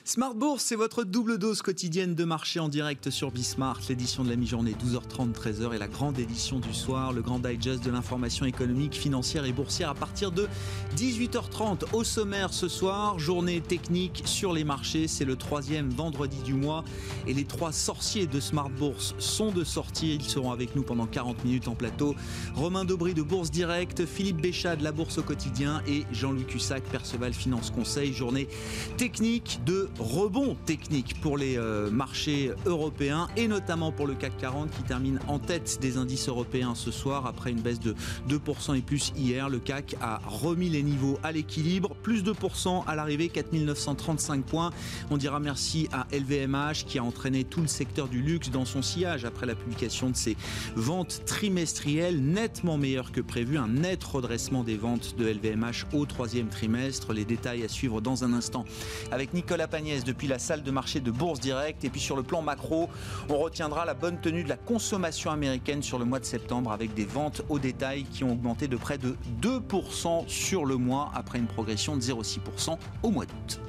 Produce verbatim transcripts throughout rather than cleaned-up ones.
Smart Bourse, c'est votre double dose quotidienne de marché en direct sur Bismart. L'édition de la mi-journée, douze heures trente, treize heures, et la grande édition du soir, le grand digest de l'information économique, financière et boursière à partir de dix-huit heures trente. Au sommaire ce soir, journée technique sur les marchés. C'est le troisième vendredi du mois et les trois sorciers de Smart Bourse sont de sortie. Ils seront avec nous pendant quarante minutes en plateau. Romain Daubry de Bourse Direct, Philippe Béchat de la Bourse au quotidien et Jean-Louis Cussac, Perceval Finance Conseil. Journée technique de rebond technique pour les euh, marchés européens et notamment pour le C A C quarante qui termine en tête des indices européens ce soir après une baisse de deux pour cent et plus hier. Le C A C a remis les niveaux à l'équilibre, plus deux pour cent à l'arrivée, quatre mille neuf cent trente-cinq points. On dira merci à L V M H qui a entraîné tout le secteur du luxe dans son sillage après la publication de ses ventes trimestrielles nettement meilleures que prévu. Un net redressement des ventes de L V M H au troisième trimestre. Les détails à suivre dans un instant avec Nicolas Pagnès depuis la salle de marché de Bourse Direct. Et puis sur le plan macro, on retiendra la bonne tenue de la consommation américaine sur le mois de septembre avec des ventes au détail qui ont augmenté de près de deux pour cent sur le mois après une progression de zéro virgule six pour cent au mois d'août.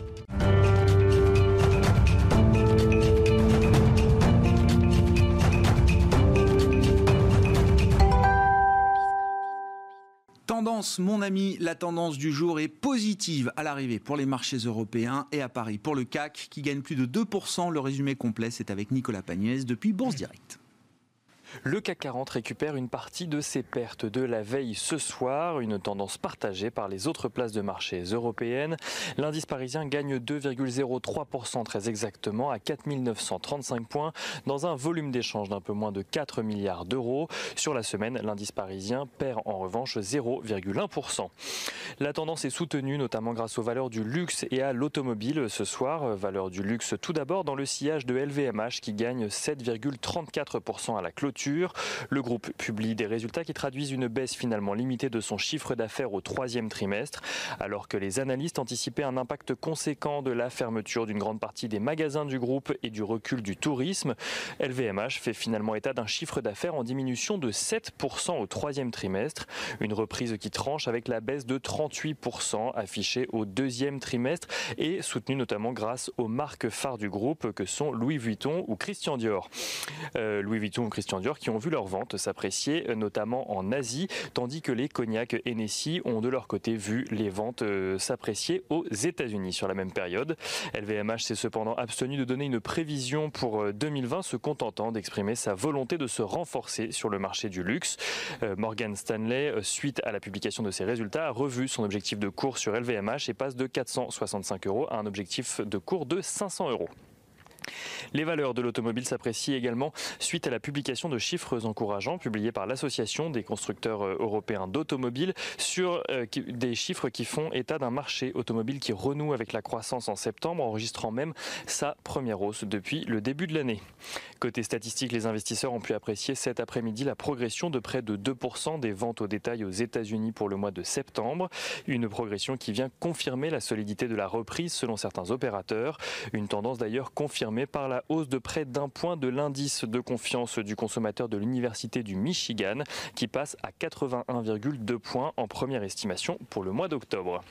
Tendance, mon ami, la tendance du jour est positive à l'arrivée pour les marchés européens et à Paris pour le C A C qui gagne plus de deux pour cent. Le résumé complet, c'est avec Nicolas Pagnès depuis Bourse Direct. Le C A C quarante récupère une partie de ses pertes de la veille ce soir, une tendance partagée par les autres places de marché européennes. L'indice parisien gagne deux virgule zéro trois pour cent très exactement à quatre mille neuf cent trente-cinq points dans un volume d'échange d'un peu moins de quatre milliards d'euros. Sur la semaine, l'indice parisien perd en revanche zéro virgule un pour cent. La tendance est soutenue notamment grâce aux valeurs du luxe et à l'automobile ce soir. Valeurs du luxe tout d'abord dans le sillage de L V M H qui gagne sept virgule trente-quatre pour cent à la clôture. Le groupe publie des résultats qui traduisent une baisse finalement limitée de son chiffre d'affaires au troisième trimestre, alors que les analystes anticipaient un impact conséquent de la fermeture d'une grande partie des magasins du groupe et du recul du tourisme. L V M H fait finalement état d'un chiffre d'affaires en diminution de sept pour cent au troisième trimestre, une reprise qui tranche avec la baisse de trente-huit pour cent affichée au deuxième trimestre et soutenue notamment grâce aux marques phares du groupe que sont Louis Vuitton ou Christian Dior. Euh, Louis Vuitton ou Christian Dior qui ont vu leurs ventes s'apprécier notamment en Asie, tandis que les cognacs Hennessy ont de leur côté vu les ventes s'apprécier aux États-Unis sur la même période. L V M H s'est cependant abstenu de donner une prévision pour deux mille vingt, se contentant d'exprimer sa volonté de se renforcer sur le marché du luxe. Morgan Stanley, suite à la publication de ses résultats, a revu son objectif de cours sur L V M H et passe de quatre cent soixante-cinq euros à un objectif de cours de cinq cents euros. Les valeurs de l'automobile s'apprécient également suite à la publication de chiffres encourageants publiés par l'Association des constructeurs européens d'automobiles sur euh, des chiffres qui font état d'un marché automobile qui renoue avec la croissance en septembre, enregistrant même sa première hausse depuis le début de l'année. Côté statistique, les investisseurs ont pu apprécier cet après-midi la progression de près de deux pour cent des ventes au détail aux États-Unis pour le mois de septembre, une progression qui vient confirmer la solidité de la reprise selon certains opérateurs, une tendance d'ailleurs confirmée par la hausse de près d'un point de l'indice de confiance du consommateur de l'Université du Michigan qui passe à quatre-vingt-un virgule deux points en première estimation pour le mois d'octobre.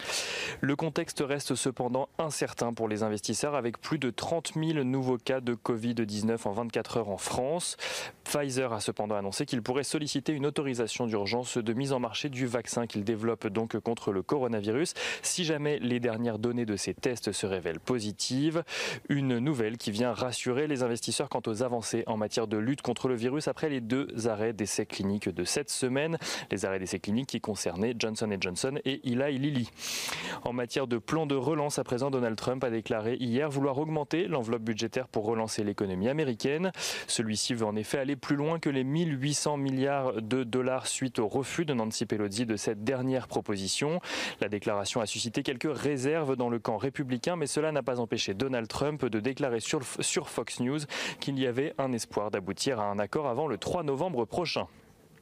Le contexte reste cependant incertain pour les investisseurs avec plus de trente mille nouveaux cas de covid dix-neuf en vingt-quatre heures en France. Pfizer a cependant annoncé qu'il pourrait solliciter une autorisation d'urgence de mise en marché du vaccin qu'il développe donc contre le coronavirus si jamais les dernières données de ces tests se révèlent positives. Une nouvelle qui vient rassurer les investisseurs quant aux avancées en matière de lutte contre le virus après les deux arrêts d'essais cliniques de cette semaine. Les arrêts d'essais cliniques qui concernaient Johnson and Johnson et Eli Lilly. En matière de plan de relance, à présent, Donald Trump a déclaré hier vouloir augmenter l'enveloppe budgétaire pour relancer l'économie américaine. Celui-ci veut en effet aller plus loin que les mille huit cents milliards de dollars suite au refus de Nancy Pelosi de cette dernière proposition. La déclaration a suscité quelques réserves dans le camp républicain, mais cela n'a pas empêché Donald Trump de déclarer sur, sur Fox News qu'il y avait un espoir d'aboutir à un accord avant le trois novembre prochain.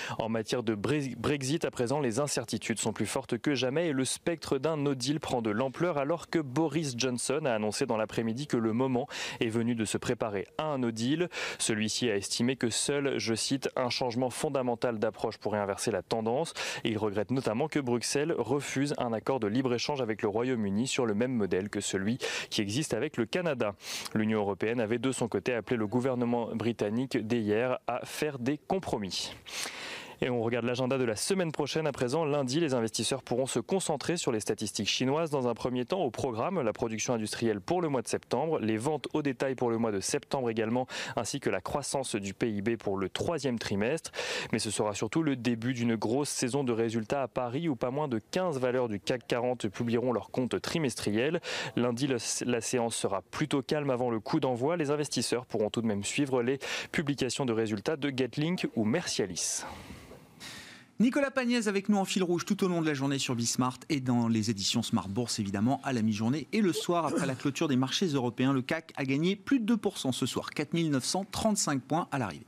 En matière de Brexit, à présent, les incertitudes sont plus fortes que jamais et le spectre d'un no deal prend de l'ampleur alors que Boris Johnson a annoncé dans l'après-midi que le moment est venu de se préparer à un no deal. Celui-ci a estimé que seul, je cite, un changement fondamental d'approche pourrait inverser la tendance. Et il regrette notamment que Bruxelles refuse un accord de libre-échange avec le Royaume-Uni sur le même modèle que celui qui existe avec le Canada. L'Union européenne avait de son côté appelé le gouvernement britannique dès hier à faire des compromis. Et on regarde l'agenda de la semaine prochaine. À présent, lundi, les investisseurs pourront se concentrer sur les statistiques chinoises. Dans un premier temps, au programme, la production industrielle pour le mois de septembre, les ventes au détail pour le mois de septembre également, ainsi que la croissance du P I B pour le troisième trimestre. Mais ce sera surtout le début d'une grosse saison de résultats à Paris, où pas moins de quinze valeurs du C A C quarante publieront leurs comptes trimestriels. Lundi, la séance sera plutôt calme avant le coup d'envoi. Les investisseurs pourront tout de même suivre les publications de résultats de Getlink ou Mercialis. Nicolas Pagnès avec nous en fil rouge tout au long de la journée sur Bismart et dans les éditions Smart Bourse évidemment à la mi-journée et le soir après la clôture des marchés européens. Le C A C a gagné plus de deux pour cent ce soir, quatre mille neuf cent trente-cinq points à l'arrivée.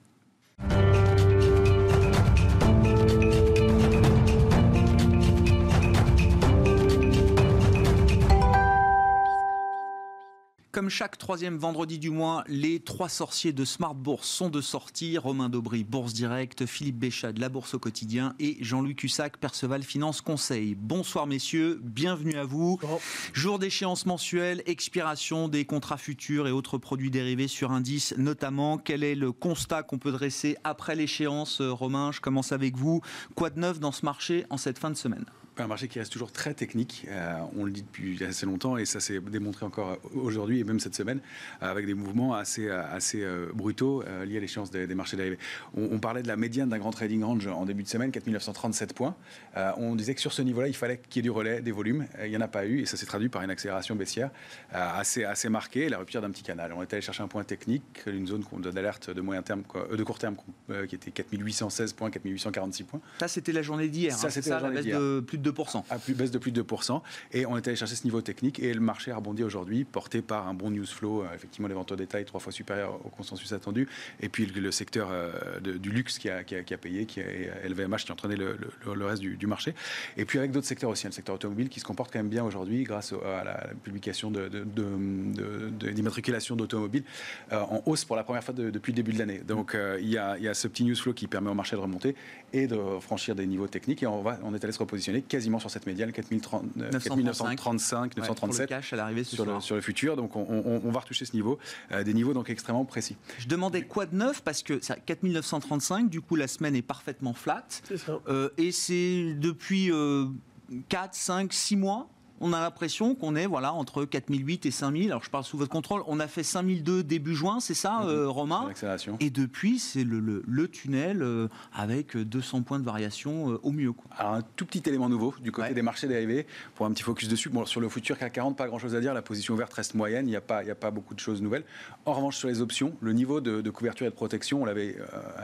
Comme chaque troisième vendredi du mois, les trois sorciers de Smart Bourse sont de sortie. Romain Daubry, Bourse Direct, Philippe Béchat de la Bourse au quotidien et Jean-Louis Cussac, Perceval Finance Conseil. Bonsoir messieurs, bienvenue à vous. Bon. Jour d'échéance mensuelle, expiration des contrats futurs et autres produits dérivés sur indice notamment. Quel est le constat qu'on peut dresser après l'échéance? Romain, je commence avec vous. Quoi de neuf dans ce marché en cette fin de semaine? Un marché qui reste toujours très technique, euh, on le dit depuis assez longtemps et ça s'est démontré encore aujourd'hui et même cette semaine avec des mouvements assez, assez euh, brutaux euh, liés à l'échéance des, des marchés dérivés. On, on parlait de la médiane d'un grand trading range en début de semaine, quatre mille neuf cent trente-sept points. Euh, on disait que sur ce niveau-là, il fallait qu'il y ait du relais, des volumes. Il n'y en a pas eu et ça s'est traduit par une accélération baissière euh, assez, assez marquée et la rupture d'un petit canal. On est allé chercher un point technique, une zone d'alerte de moyen terme, quoi, euh, de court terme euh, qui était quatre mille huit cent seize points, quatre mille huit cent quarante-six points. Ça, c'était la journée d'hier. Ça, hein, c'était ça, la journée la baisse d'hier. de plus de deux pour cent. À plus, baisse de plus de deux pour cent. Et on est allé chercher ce niveau technique et le marché a rebondi aujourd'hui, porté par un bon news flow, euh, effectivement les ventes au détail trois fois supérieurs au consensus attendu, et puis le, le secteur euh, de, du luxe qui a, qui, a, qui a payé, qui est L V M H qui entraînait le, le, le reste du, du marché. Et puis avec d'autres secteurs aussi, le secteur automobile qui se comporte quand même bien aujourd'hui grâce au, à la publication de, de, de, de, de, d'immatriculation d'automobiles euh, en hausse pour la première fois de, depuis le début de l'année. Donc euh, il, y a, il y a ce petit news flow qui permet au marché de remonter et de franchir des niveaux techniques et on, va, on est allé se repositionner quasiment sur cette médiane quatre mille neuf cent trente-cinq, neuf cent trente-sept ouais, cash à l'arrivée ce sur, soir. Le, sur le futur. Donc on, on, on va retoucher ce niveau, euh, des niveaux donc extrêmement précis. Je demandais quoi de neuf parce que c'est quatre mille neuf cent trente-cinq, du coup la semaine est parfaitement flat. C'est ça. Euh, et c'est depuis euh, quatre, cinq, six mois. On a l'impression qu'on est voilà, entre quatre mille huit et cinq mille. Alors je parle sous votre contrôle. On a fait cinq mille deux début juin, c'est ça, mmh. euh, Romain? Et depuis, c'est le, le, le tunnel euh, avec deux cents points de variation euh, au mieux. Quoi. Alors un tout petit élément nouveau du côté ouais. des marchés dérivés, pour un petit focus dessus. Bon, sur le futur C A C quarante, pas grand-chose à dire. La position ouverte reste moyenne. Il n'y a pas, il n'y a pas beaucoup de choses nouvelles. En revanche, sur les options, le niveau de, de couverture et de protection, on l'avait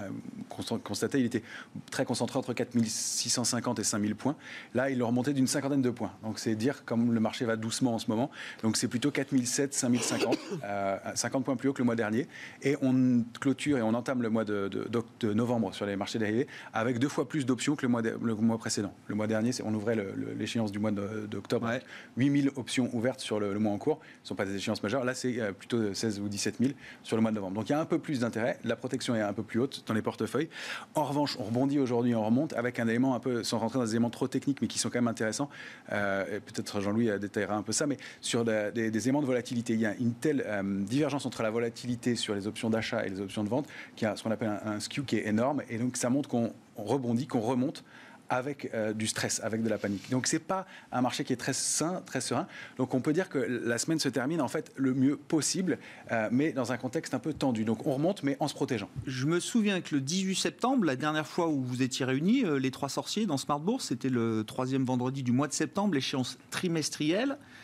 euh, constaté, il était très concentré entre quatre mille six cent cinquante et cinq mille points. Là, il est remonté d'une cinquantaine de points. Donc c'est dire comme le marché va doucement en ce moment, donc c'est plutôt quatre mille sept, cinq mille cinquante, euh, cinquante points plus haut que le mois dernier, et on clôture et on entame le mois de, de, de novembre sur les marchés dérivés avec deux fois plus d'options que le mois, de, le mois précédent. Le mois dernier, on ouvrait le, le, l'échéance du mois de, d'octobre, ouais. huit mille options ouvertes sur le, le mois en cours, ce ne sont pas des échéances majeures, là c'est plutôt seize ou dix-sept mille sur le mois de novembre. Donc il y a un peu plus d'intérêt, la protection est un peu plus haute dans les portefeuilles. En revanche, on rebondit aujourd'hui, on remonte avec un élément un peu, sans rentrer dans des éléments trop techniques, mais qui sont quand même intéressants, euh, peut-être Jean-Louis détaillera un peu ça, mais sur la, des, des éléments de volatilité. Il y a une telle euh, divergence entre la volatilité sur les options d'achat et les options de vente, qui a ce qu'on appelle un, un skew qui est énorme, et donc ça montre qu'on rebondit, qu'on remonte avec euh, du stress, avec de la panique. Donc c'est pas un marché qui est très sain, très serein. Donc on peut dire que la semaine se termine en fait le mieux possible, euh, mais dans un contexte un peu tendu. Donc on remonte, mais en se protégeant. Je me souviens que le dix-huit septembre, la dernière fois où vous étiez réunis, euh, les trois sorciers dans Smart Bourse, c'était le troisième vendredi du mois de septembre, l'échéance trimestrielle.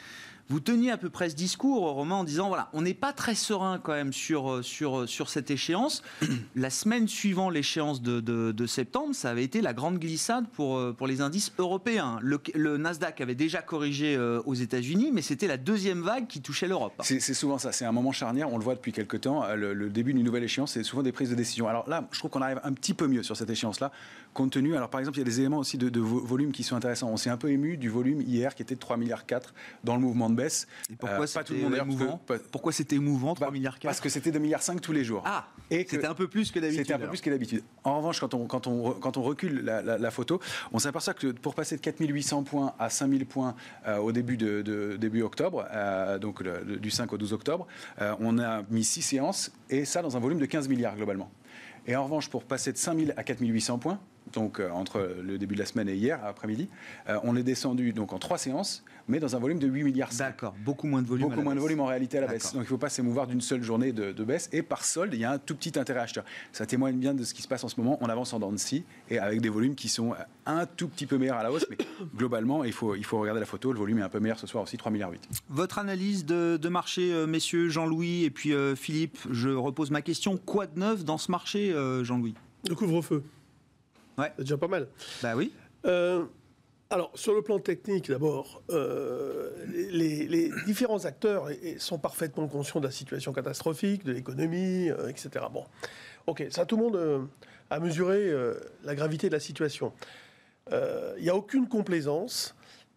Vous teniez à peu près ce discours, Romain, en disant voilà, on n'est pas très serein quand même sur, sur, sur cette échéance. La semaine suivant l'échéance de, de, de septembre, ça avait été la grande glissade pour, pour les indices européens. Le, le Nasdaq avait déjà corrigé aux États-Unis, mais c'était la deuxième vague qui touchait l'Europe. C'est, c'est souvent ça, c'est un moment charnière, on le voit depuis quelques temps. Le, le début d'une nouvelle échéance, c'est souvent des prises de décision. Alors là, je trouve qu'on arrive un petit peu mieux sur cette échéance-là, compte tenu. Alors par exemple, il y a des éléments aussi de, de volume qui sont intéressants. On s'est un peu ému du volume hier qui était de trois virgule quatre milliards dans le mouvement de baisse. Et pourquoi, euh, c'était pas tout le monde émouvant que, pourquoi c'était émouvant, trois bah, virgule quatre milliards? Parce que c'était deux virgule cinq milliards tous les jours. Ah, et que c'était un peu plus que d'habitude. C'était un peu alors. plus que d'habitude. En revanche, quand on, quand on, quand on recule la, la, la photo, on s'aperçoit que pour passer de quatre mille huit cents points à cinq mille points euh, au début, de, de, début octobre, euh, donc le, le, du cinq au douze octobre, euh, on a mis six séances, et ça dans un volume de quinze milliards globalement. Et en revanche, pour passer de cinq mille à quatre mille huit cents points, donc euh, entre le début de la semaine et hier après-midi, euh, on est descendu donc en trois séances, mais dans un volume de huit milliards. D'accord, beaucoup moins de volume. Beaucoup moins de volume en réalité à la D'accord. baisse. Donc il ne faut pas s'émouvoir d'une seule journée de, de baisse. Et par solde, il y a un tout petit intérêt acheteur. Ça témoigne bien de ce qui se passe en ce moment. On avance en dents de scie et avec des volumes qui sont un tout petit peu meilleurs à la hausse. Mais globalement, il faut, il faut regarder la photo. Le volume est un peu meilleur ce soir aussi, trois virgule huit milliards. Votre analyse de, de marché, euh, messieurs, Jean-Louis et puis euh, Philippe, je repose ma question. Quoi de neuf dans ce marché, euh, Jean-Louis? Le couvre-feu. Ouais. C'est déjà pas mal. Bah oui. Euh, alors, sur le plan technique, d'abord, euh, les, les différents acteurs sont parfaitement conscients de la situation catastrophique, de l'économie, euh, et cetera. Bon, ok, ça, tout le monde euh, a mesuré euh, la gravité de la situation. Il euh, n'y a aucune complaisance.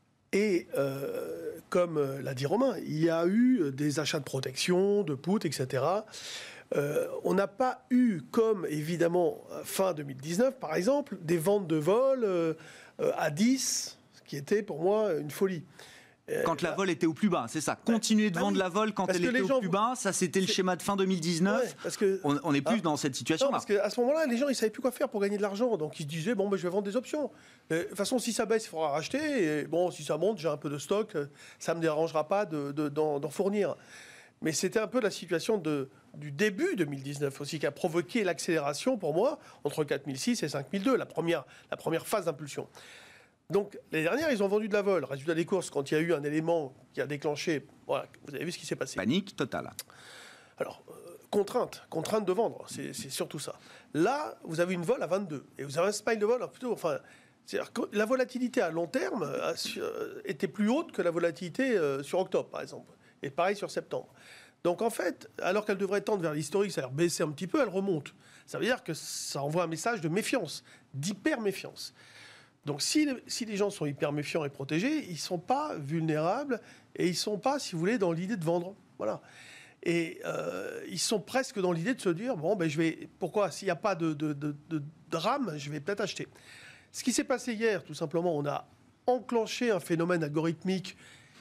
Et euh, comme euh, l'a dit Romain, il y a eu des achats de protection, de put, et cetera. Euh, on n'a pas eu, comme évidemment fin deux mille dix-neuf par exemple, des ventes de vol euh, à dix, ce qui était pour moi une folie. Euh, quand la vol était au plus bas, c'est ça. Continuer de bah vendre oui, la vol quand elle que était au gens, plus bas, ça c'était le schéma de fin deux mille dix-neuf. Ouais, parce que, on n'est plus hein, dans cette situation-là. Parce qu'à ce moment-là, les gens ils savaient plus quoi faire pour gagner de l'argent, donc ils se disaient bon ben je vais vendre des options. De toute façon, si ça baisse, il faudra racheter. Et bon, si ça monte, j'ai un peu de stock, ça me dérangera pas de, de, d'en, d'en fournir. Mais c'était un peu la situation de, du début deux mille dix-neuf aussi qui a provoqué l'accélération pour moi entre quatre mille six et cinq mille deux, la première, la première phase d'impulsion. Donc l'année dernière, ils ont vendu de la vol. Résultat des courses, quand il y a eu un élément qui a déclenché, voilà, vous avez vu ce qui s'est passé. Panique totale. Alors, euh, contrainte, contrainte de vendre, c'est, c'est surtout ça. Là, vous avez une vol à vingt-deux et vous avez un spike de vol plutôt, enfin. C'est-à-dire que la volatilité à long terme a, euh, était plus haute que la volatilité euh, sur octobre, par exemple. Et pareil sur septembre. Donc en fait, alors qu'elle devrait tendre vers l'historique, c'est-à-dire baisser un petit peu, elle remonte. Ça veut dire que ça envoie un message de méfiance, d'hyper-méfiance. Donc si, si les gens sont hyper méfiants et protégés, ils ne sont pas vulnérables et ils ne sont pas, si vous voulez, dans l'idée de vendre. Voilà. Et euh, ils sont presque dans l'idée de se dire, bon, ben, je vais, pourquoi, s'il n'y a pas de, de, de, de drame, je vais peut-être acheter. Ce qui s'est passé hier, tout simplement, on a enclenché un phénomène algorithmique.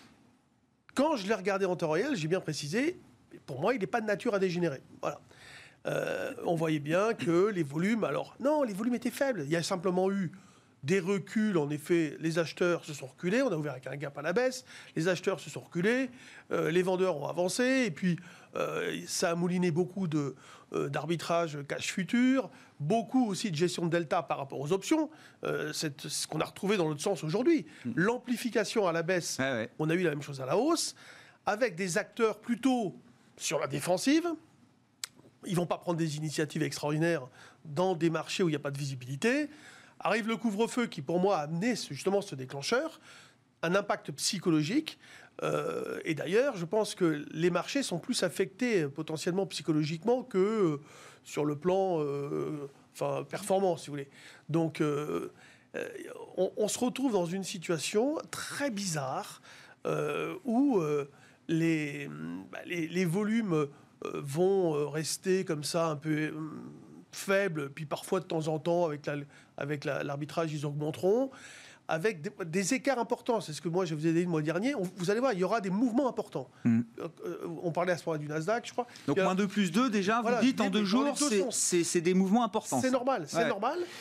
Quand je l'ai regardé en temps réel, j'ai bien précisé, pour moi, il n'est pas de nature à dégénérer. Voilà. Euh, on voyait bien que les volumes... Alors, non, les volumes étaient faibles. Il y a simplement eu des reculs. En effet, les acheteurs se sont reculés. On a ouvert avec un gap à la baisse. Les acheteurs se sont reculés. Euh, les vendeurs ont avancé. Et puis, euh, ça a mouliné beaucoup de, euh, d'arbitrage cash futur. Beaucoup aussi de gestion de delta par rapport aux options. Euh, c'est ce qu'on a retrouvé dans l'autre sens aujourd'hui. Mmh. L'amplification à la baisse, ouais, ouais. On a eu la même chose à la hausse, avec des acteurs plutôt sur la défensive. Ils ne vont pas prendre des initiatives extraordinaires dans des marchés où il n'y a pas de visibilité. Arrive le couvre-feu qui, pour moi, a amené justement ce déclencheur, un impact psychologique. Euh, et d'ailleurs, je pense que les marchés sont plus affectés potentiellement psychologiquement que euh, sur le plan euh, enfin, performant, si vous voulez. Donc, euh, euh, on, on se retrouve dans une situation très bizarre euh, où euh, les, bah, les, les volumes euh, vont rester comme ça un peu euh, faibles, puis parfois de temps en temps, avec, la, avec la, l'arbitrage, ils augmenteront. Avec des, des écarts importants. C'est ce que moi, je vous ai dit le mois dernier. On, vous allez voir, il y aura des mouvements importants. Mmh. Euh, on parlait à ce moment-là du Nasdaq, je crois. Donc, moins deux plus deux, déjà, voilà, vous dites, en deux jours, c'est, c'est, c'est des mouvements importants. C'est ça. normal, c'est ouais. normal.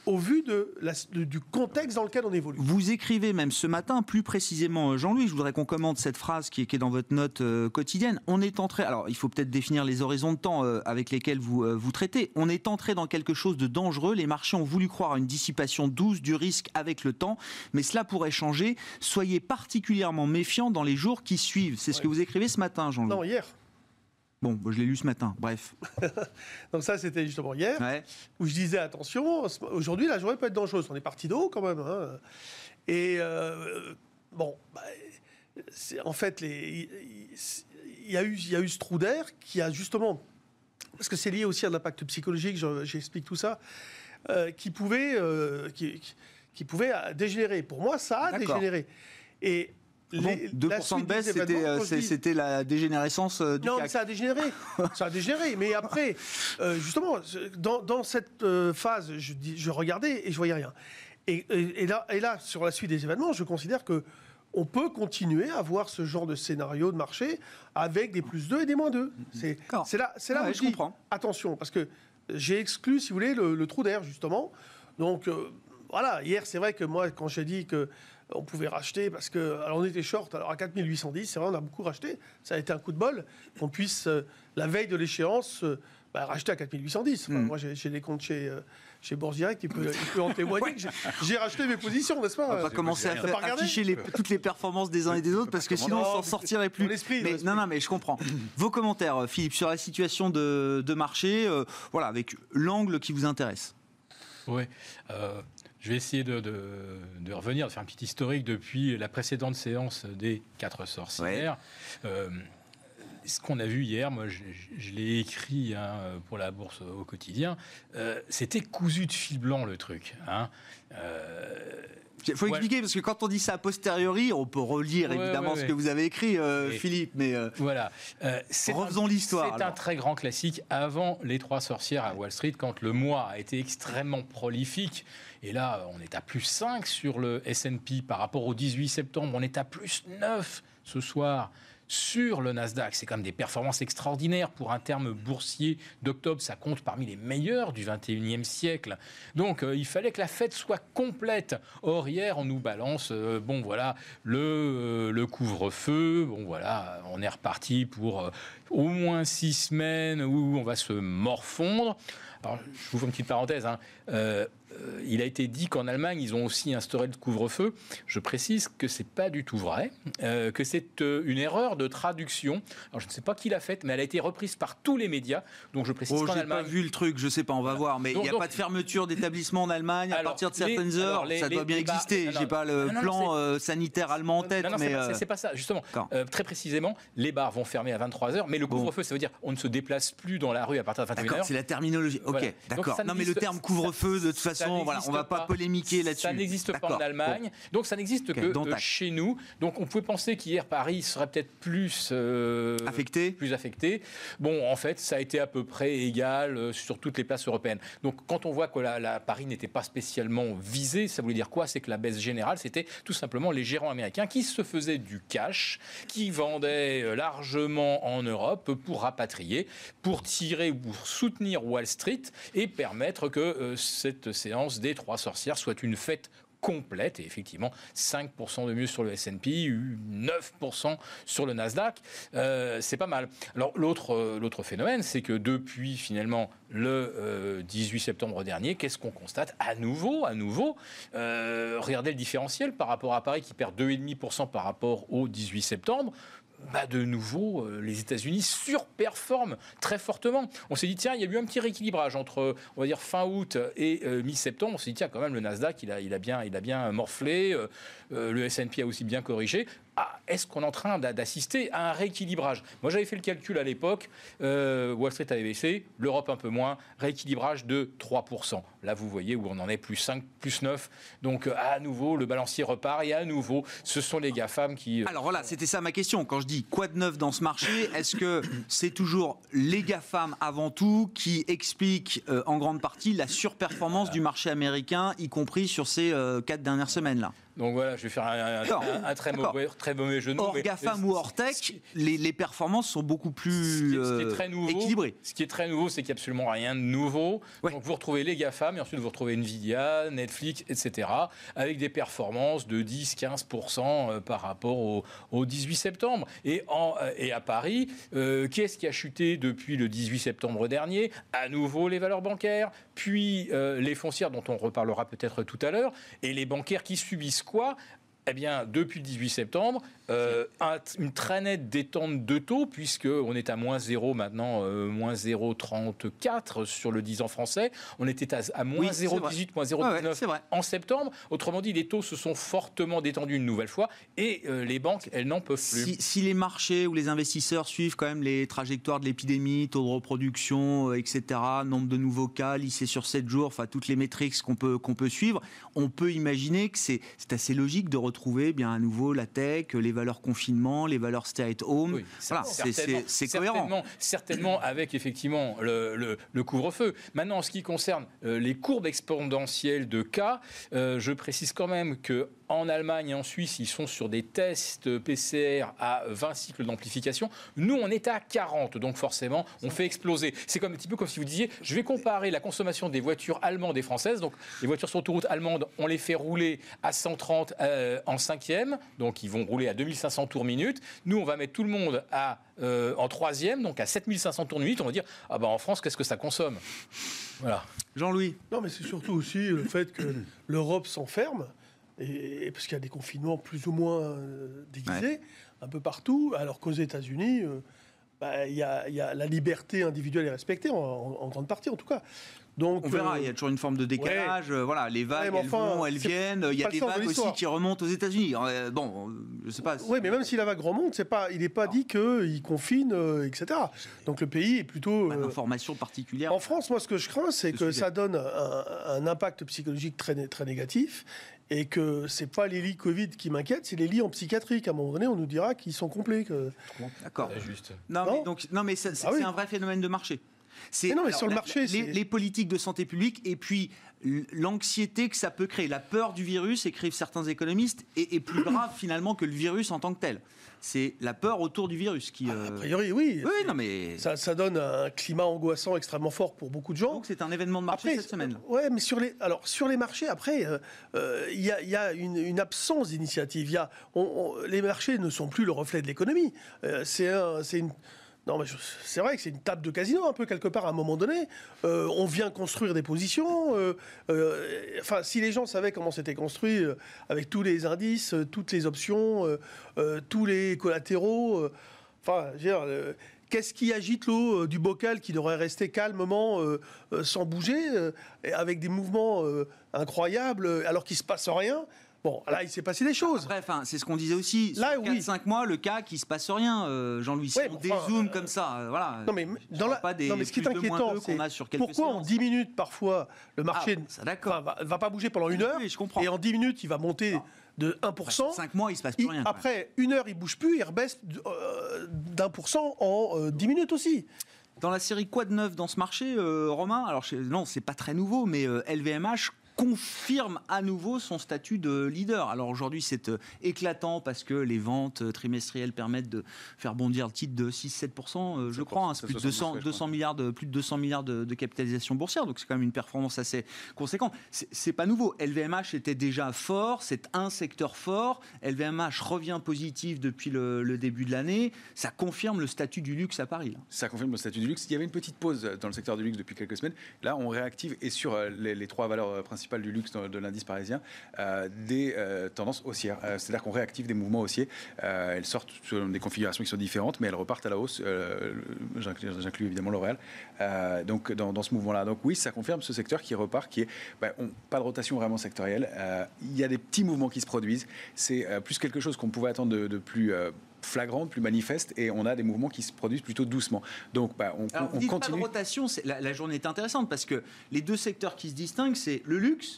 au vu de la, de, du contexte dans lequel on évolue. Vous écrivez même ce matin, plus précisément, Jean-Louis, je voudrais qu'on commente cette phrase qui est, qui est dans votre note euh, quotidienne. On est entré, alors il faut peut-être définir les horizons de temps euh, avec lesquels vous, euh, vous traitez. On est entré dans quelque chose de dangereux. Les marchés ont voulu croire à une dissipation douce du risque avec le temps, mais cela pourrait changer. Soyez particulièrement méfiants dans les jours qui suivent. C'est ce ouais. que vous écrivez ce matin, Jean-Louis. Non, hier. Bon, bah, je l'ai lu ce matin, bref. Donc ça, c'était justement hier, ouais. où je disais, attention, aujourd'hui, la journée peut être dangereuse. On est parti de haut quand même. Hein. Et euh, bon, bah, c'est, en fait, il y, y, y a eu ce trou d'air qui a justement, parce que c'est lié aussi à l'impact psychologique, je, j'explique tout ça, euh, qui, pouvait, euh, qui, qui pouvait dégénérer. Pour moi, ça a D'accord. dégénéré. Et Bon, les, deux pour cent de baisse, c'était, euh, dis... c'était la dégénérescence euh, du non, C A C. Mais ça a dégénéré. ça a dégénéré. Mais après, euh, justement, dans, dans cette euh, phase, je, dis, je regardais et je voyais rien. Et, et, et, là, et là, sur la suite des événements, je considère que on peut continuer à avoir ce genre de scénario de marché avec des plus deux et des moins deux. C'est, c'est là, c'est là ah, où je, je dis, comprends. Attention, parce que j'ai exclu, si vous voulez, le, le trou d'air, justement. Donc, euh, voilà, hier, c'est vrai que moi, quand j'ai dit que on pouvait racheter parce que alors on était short alors à quatre mille huit cent dix, c'est vrai, on a beaucoup racheté, ça a été un coup de bol qu'on puisse euh, la veille de l'échéance euh, bah, racheter à quatre mille huit cent dix. Enfin, mm. Moi j'ai, j'ai des comptes chez euh, chez Bourse Direct, il peut, il peut en témoigner que j'ai, j'ai racheté mes positions, n'est-ce pas? On va pas commencer à faire afficher les, toutes les performances des uns et des autres parce que sinon on s'en sortirait plus. Mais, non non mais je comprends. Vos commentaires, Philippe, sur la situation de, de marché, euh, voilà, avec l'angle qui vous intéresse. Oui. Euh... Je vais essayer de, de, de revenir, de faire un petit historique depuis la précédente séance des quatre sorcières. Ouais. Euh, ce qu'on a vu hier, moi je, je l'ai écrit hein, pour la bourse au quotidien, euh, c'était cousu de fil blanc le truc. Hein. Euh, Il faut expliquer, ouais. parce que quand on dit ça a posteriori, on peut relire ouais, évidemment ouais, ouais. ce que vous avez écrit, euh, Et Philippe, mais euh, voilà. Euh, c'est refaisons un, l'histoire. C'est alors. un très grand classique avant les trois sorcières à Wall Street, quand le mois a été extrêmement prolifique. Et là, on est à plus cinq sur le S and P par rapport au dix-huit septembre. On est à plus neuf ce soir sur le Nasdaq. C'est quand même des performances extraordinaires pour un terme boursier d'octobre. Ça compte parmi les meilleurs du vingt et unième siècle. Donc, euh, il fallait que la fête soit complète. Or, hier, on nous balance, euh, bon, voilà, le, euh, le couvre-feu. Bon, voilà, on est reparti pour euh, au moins six semaines où on va se morfondre. Alors, je vous fais une petite parenthèse. Hein. Euh, euh, il a été dit qu'en Allemagne, ils ont aussi instauré le couvre-feu. Je précise que c'est pas du tout vrai, euh, que c'est euh, une erreur de traduction. Alors, je ne sais pas qui l'a faite, mais elle a été reprise par tous les médias. Donc, je précise oh, qu'en j'ai Allemagne... pas vu le truc, je sais pas, on va voir. Mais il n'y a donc, pas de fermeture d'établissement en Allemagne à alors, partir de certaines les, heures. Les, ça les, doit bien les exister. Bars, non, j'ai pas le non, non, plan euh, sanitaire allemand en tête. Non, non, mais c'est, euh... pas, c'est pas ça. Justement, euh, très précisément, les bars vont fermer à vingt-trois heures, mais le couvre-feu, bon. ça veut dire on ne se déplace plus dans la rue à partir de vingt et une heures. D'accord, c'est la terminologie. Ok, voilà. d'accord. Non, mais le terme couvre-feu, de toute façon, voilà, on va pas polémiquer là-dessus. Ça n'existe D'accord. pas en Allemagne, bon. donc ça n'existe okay, que euh, chez nous. Donc on pouvait penser qu'hier Paris serait peut-être plus euh, affecté. plus affecté. Bon, en fait, ça a été à peu près égal euh, sur toutes les places européennes. Donc quand on voit que la, la Paris n'était pas spécialement visée, ça voulait dire quoi? C'est que la baisse générale, c'était tout simplement les gérants américains qui se faisaient du cash, qui vendaient largement en Europe pour rapatrier, pour tirer ou pour soutenir Wall Street et permettre que euh, cette séance des trois sorcières soit une fête complète, et effectivement cinq pour cent de mieux sur le S and P, neuf pour cent sur le Nasdaq, euh, c'est pas mal. Alors l'autre, euh, l'autre phénomène, c'est que depuis finalement le euh, dix-huit septembre dernier, qu'est-ce qu'on constate à nouveau, à nouveau euh, regardez le différentiel par rapport à Paris qui perd deux virgule cinq pour cent par rapport au dix-huit septembre. Bah de nouveau, euh, les États-Unis surperforment très fortement. On s'est dit, tiens, il y a eu un petit rééquilibrage entre, on va dire, fin août et euh, mi-septembre. On s'est dit, tiens, quand même, le Nasdaq, il a, il a, bien, il a bien morflé. Euh, euh, le S and P a aussi bien corrigé. Ah, est-ce qu'on est en train d'assister à un rééquilibrage? Moi, j'avais fait le calcul à l'époque. Euh, Wall Street avait baissé, l'Europe un peu moins. Rééquilibrage de trois pour cent. Là, vous voyez où on en est, plus cinq, plus neuf. Donc, à nouveau, le balancier repart. Et à nouveau, ce sont les GAFAM qui... Alors voilà, c'était ça ma question. Quand je dis quoi de neuf dans ce marché, est-ce que c'est toujours les GAFAM avant tout qui expliquent euh, en grande partie la surperformance du marché américain, y compris sur ces euh, quatre dernières semaines-là? Donc voilà, je vais faire un, un, un, un très, mauvais, très mauvais jeu de mots. Hors GAFAM ou hors tech, les, les performances sont beaucoup plus ce qui est, ce qui est très nouveau, équilibrées. Ce qui est très nouveau, c'est qu'il n'y a absolument rien de nouveau. Ouais. Donc vous retrouvez les GAFAM et ensuite vous retrouvez Nvidia, Netflix, et cetera avec des performances de dix à quinze pour cent par rapport au, au dix-huit septembre. Et, en, et à Paris, euh, qu'est-ce qui a chuté depuis le dix-huit septembre dernier? À nouveau les valeurs bancaires, puis euh, les foncières dont on reparlera peut-être tout à l'heure, et les bancaires qui subissent quoi? Eh bien, depuis le dix-huit septembre, euh, un, une très nette détente de taux, puisqu'on est à moins zéro maintenant, euh, moins zéro virgule trente-quatre sur le dix ans français. On était à, à moins oui, zéro virgule dix-huit, moins zéro virgule dix-neuf ouais, en septembre. Autrement dit, les taux se sont fortement détendus une nouvelle fois et euh, les banques, elles n'en peuvent plus. Si, si les marchés ou les investisseurs suivent quand même les trajectoires de l'épidémie, taux de reproduction, euh, et cetera, nombre de nouveaux cas, lissés sur sept jours, enfin toutes les métriques qu'on peut, qu'on peut suivre, on peut imaginer que c'est, c'est assez logique de retrouver trouver bien à nouveau la tech, les valeurs confinement, les valeurs stay at home. Oui, voilà, c'est, c'est, c'est cohérent. Certainement, certainement avec effectivement le, le, le couvre-feu. Maintenant, en ce qui concerne euh, les courbes exponentielles de cas, euh, je précise quand même que en Allemagne et en Suisse, ils sont sur des tests P C R à vingt cycles d'amplification. Nous, on est à quarante. Donc forcément, on fait exploser. C'est comme un petit peu comme si vous disiez, je vais comparer la consommation des voitures allemandes et françaises. Donc les voitures sur autoroute allemandes, on les fait rouler à cent trente euh, en cinquième. Donc ils vont rouler à deux mille cinq cents tours minute. Nous, on va mettre tout le monde à, euh, en troisième, donc à sept mille cinq cents tours minute. On va dire, ah ben en France, qu'est-ce que ça consomme? Voilà. Jean-Louis. Non, mais c'est surtout aussi le fait que l'Europe s'enferme. Et, parce qu'il y a des confinements plus ou moins euh, déguisés, ouais. un peu partout, alors qu'aux États-Unis, euh, bah, y a, y a la liberté individuelle est respectée, en, en, en grande partie en tout cas. Donc, on verra, euh, il y a toujours une forme de décalage. Ouais. Euh, voilà, les vagues, ouais, enfin, elles vont, elles viennent. Il y a des vagues aussi qui remontent aux États-Unis. Euh, bon, je sais pas. Si oui, mais même si la vague remonte, c'est pas, il n'est pas dit qu'il confine, euh, et cetera. Donc le pays est plutôt. Pas d'information particulière. En France, moi, ce que je crains, c'est que sujet. ça donne un, un impact psychologique très, très négatif. Et que c'est pas les lits Covid qui m'inquiètent, c'est les lits en psychiatrie. À un moment donné, on nous dira qu'ils sont complets. Que... D'accord. C'est juste. Non, non, mais, donc, non, mais ça, c'est, ah oui. c'est un vrai phénomène de marché. C'est, mais non, mais alors, sur le la, marché, la, c'est... Les, les politiques de santé publique et puis l'anxiété que ça peut créer, la peur du virus, écrivent certains économistes, est, est plus grave finalement que le virus en tant que tel. C'est la peur autour du virus qui. Euh... A priori, oui. Oui, non, mais ça, ça donne un climat angoissant extrêmement fort pour beaucoup de gens. Donc c'est un événement de marché après, cette semaine. Oui, mais sur les, alors sur les marchés, après, il euh, y, y a une, une absence d'initiative. Y a, on, on, les marchés ne sont plus le reflet de l'économie. Euh, c'est, un, c'est une. Non, mais je, c'est vrai que c'est une table de casino, un peu, quelque part, à un moment donné. Euh, on vient construire des positions. Euh, euh, enfin, si les gens savaient comment c'était construit, euh, avec tous les indices, euh, toutes les options, euh, euh, tous les collatéraux, euh, enfin, je veux dire, euh, qu'est-ce qui agite l'eau euh, du bocal qui devrait rester calmement, euh, euh, sans bouger, euh, avec des mouvements euh, incroyables, alors qu'il ne se passe rien? Bon, là, il s'est passé des choses. Bref, hein, c'est ce qu'on disait aussi. Là, sur quatre cinq oui. mois, le cas, qu'il ne se passe rien, euh, Jean-Louis. Si ouais, on enfin, dézoome euh, comme ça, euh, voilà. Non, mais, dans la, pas des, non, mais ce qui est inquiétant, c'est qu'on a sur pourquoi séances. En dix minutes, parfois, le marché ah, ne va, va pas bouger pendant une heure, oui, je comprends. Et en dix minutes, il va monter non. de un pour cent. cinq mois, il ne se passe plus il, rien. Après, une heure, il ne bouge plus, il rebaisse euh, d'un pour cent en euh, dix minutes aussi. Dans la série Quoi de neuf dans ce marché, euh, Romain, alors je, non, c'est pas très nouveau, mais euh, L V M H confirme à nouveau son statut de leader. Alors aujourd'hui, c'est euh, éclatant parce que les ventes euh, trimestrielles permettent de faire bondir le titre de six à sept pour cent, euh, je crois. Hein, c'est plus de deux cents, deux cents milliards de, plus de deux cents milliards de, de capitalisation boursière, donc c'est quand même une performance assez conséquente. C'est, c'est pas nouveau. L V M H était déjà fort, c'est un secteur fort. L V M H revient positif depuis le, le début de l'année. Ça confirme le statut du luxe à Paris. Là. Ça confirme le statut du luxe. Il y avait une petite pause dans le secteur du luxe depuis quelques semaines. Là, on réactive, et sur euh, les, les trois valeurs principales du luxe de l'indice parisien, euh, des euh, tendances haussières. Euh, c'est-à-dire qu'on réactive des mouvements haussiers. Euh, elles sortent sur des configurations qui sont différentes, mais elles repartent à la hausse. Euh, j'inclus, j'inclus évidemment L'Oréal. Euh, donc dans, dans ce mouvement-là. Donc oui, ça confirme ce secteur qui repart, qui est bah, on, pas de rotation vraiment sectorielle. Euh, il y a des petits mouvements qui se produisent. C'est euh, plus quelque chose qu'on pouvait attendre de, de plus euh, flagrante, plus manifeste, et on a des mouvements qui se produisent plutôt doucement. Donc, bah, on, Alors, on dites continue. Pas de rotation, c'est, la, la journée est intéressante parce que les deux secteurs qui se distinguent, c'est le luxe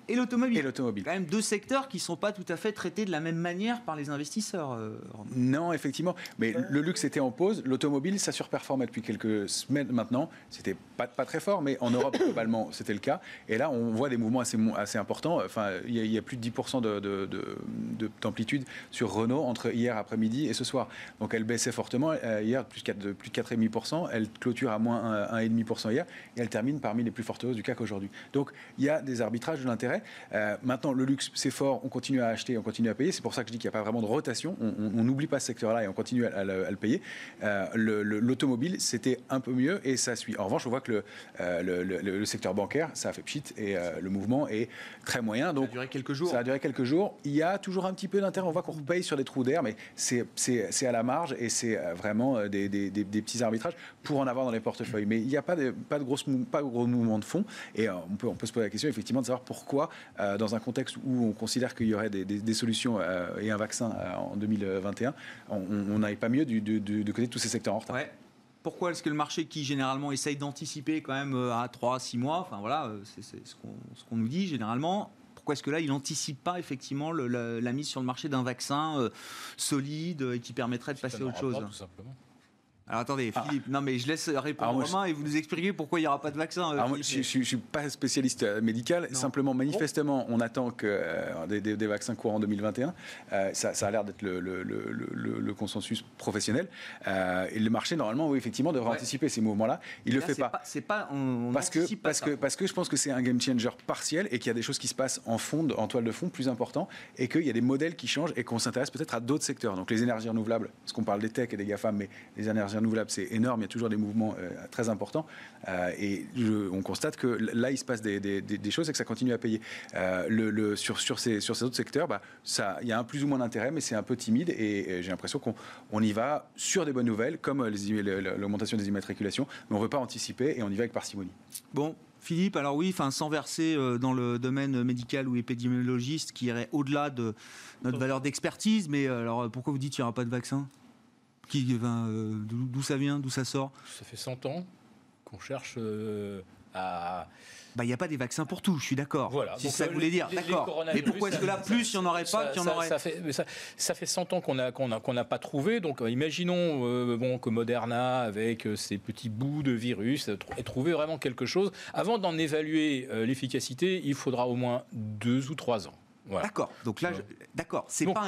et l'automobile. Et l'automobile. Quand même deux secteurs qui ne sont pas tout à fait traités de la même manière par les investisseurs. Euh, non, effectivement. Mais le luxe était en pause. L'automobile, ça surperformait depuis quelques semaines maintenant. C'était pas, pas très fort, mais en Europe, globalement, c'était le cas. Et là, on voit des mouvements assez, assez importants. Enfin, il y, a, il y a plus de dix pour cent de, de, de, de, d'amplitude sur Renault entre hier après-midi et ce soir. Donc, elle baissait fortement. Euh, hier, plus, quatre, de, plus de quatre virgule cinq pour cent. Elle clôture à moins un virgule cinq pour cent hier. Et elle termine parmi les plus fortes hausses du C A C aujourd'hui. Donc, il y a des arbitrages de l'intérêt. Euh, maintenant, le luxe, c'est fort. On continue à acheter, on continue à payer. C'est pour ça que je dis qu'il n'y a pas vraiment de rotation. On n'oublie pas ce secteur-là et on continue à, à, à le payer. Euh, le, le, l'automobile, c'était un peu mieux et ça suit. En revanche, on voit que le, euh, le, le, le secteur bancaire, ça a fait pchit et euh, le mouvement est très moyen. Donc, ça a duré quelques jours. Ça a duré quelques jours. Il y a toujours un petit peu d'intérêt. On voit qu'on paye sur des trous d'air, mais c'est, c'est, c'est à la marge et c'est vraiment des, des, des, des petits arbitrages pour en avoir dans les portefeuilles. Mais il n'y a pas de, pas de, grosses, pas de gros mouvements de fond. Et euh, on, peut, on peut se poser la question, effectivement, de savoir pourquoi, euh, dans un contexte où on considère qu'il y aurait des, des, des solutions euh, et un vaccin euh, en deux mille vingt et un, on n'aille pas mieux du, du, du, de côté de tous ces secteurs en retard. Ouais. Pourquoi est-ce que le marché, qui généralement essaye d'anticiper quand même à trois à six mois, enfin voilà, c'est, c'est ce, qu'on, ce qu'on nous dit généralement, pourquoi est-ce que là, il n'anticipe pas effectivement le, la, la mise sur le marché d'un vaccin euh, solide et qui permettrait de passer à autre chose? Pas, tout simplement. Alors attendez, Philippe, ah. non mais je laisse répondre moi, Romain et vous nous expliquez pourquoi il n'y aura pas de vaccin. Alors moi, je ne suis pas spécialiste médical, non. Simplement, manifestement, on attend que euh, des, des, des vaccins courants en deux mille vingt et un. Euh, ça, ça a l'air d'être le, le, le, le, le consensus professionnel. Euh, et le marché, normalement, oui, effectivement, devrait ouais. anticiper ces mouvements-là. Il ne le fait c'est pas. pas, c'est pas on, on parce, que, pas parce, ça. que, parce que je pense que c'est un game changer partiel et qu'il y a des choses qui se passent en fond, en toile de fond, plus important, et qu'il y a des modèles qui changent et qu'on s'intéresse peut-être à d'autres secteurs. Donc les énergies renouvelables, parce qu'on parle des techs et des GAFAM, mais les énergies renouvelables, c'est énorme. Il y a toujours des mouvements euh, très importants euh, et je, on constate que là il se passe des, des, des choses et que ça continue à payer. Euh, le, le, sur, sur, ces, sur ces autres secteurs, bah, ça, il y a un plus ou moins d'intérêt, mais c'est un peu timide et, et j'ai l'impression qu'on on y va sur des bonnes nouvelles comme les, l'augmentation des immatriculations, mais on ne veut pas anticiper et on y va avec parcimonie. Bon. Philippe, alors oui, enfin, sans verser dans le domaine médical ou épidémiologiste qui irait au-delà de notre valeur d'expertise, mais alors pourquoi vous dites qu'il n'y aura pas de vaccin ? Qui, enfin, euh, d'où, d'où ça vient, d'où ça sort? Ça fait cent ans qu'on cherche euh, à... Bah, il n'y a pas des vaccins pour tout, je suis d'accord. Voilà. Si ça voulait dire, les, d'accord. Les mais pourquoi est-ce que là, plus il n'y en aurait pas qu'il y en aurait? Ça fait, ça, ça fait cent ans qu'on n'a qu'on a, qu'on a pas trouvé. Donc, euh, imaginons euh, bon, que Moderna, avec euh, ces petits bouts de virus, euh, ait trouvé vraiment quelque chose. Avant d'en évaluer euh, l'efficacité, il faudra au moins deux ou trois ans. Voilà. D'accord. Donc là, je, d'accord. C'est donc, pas un...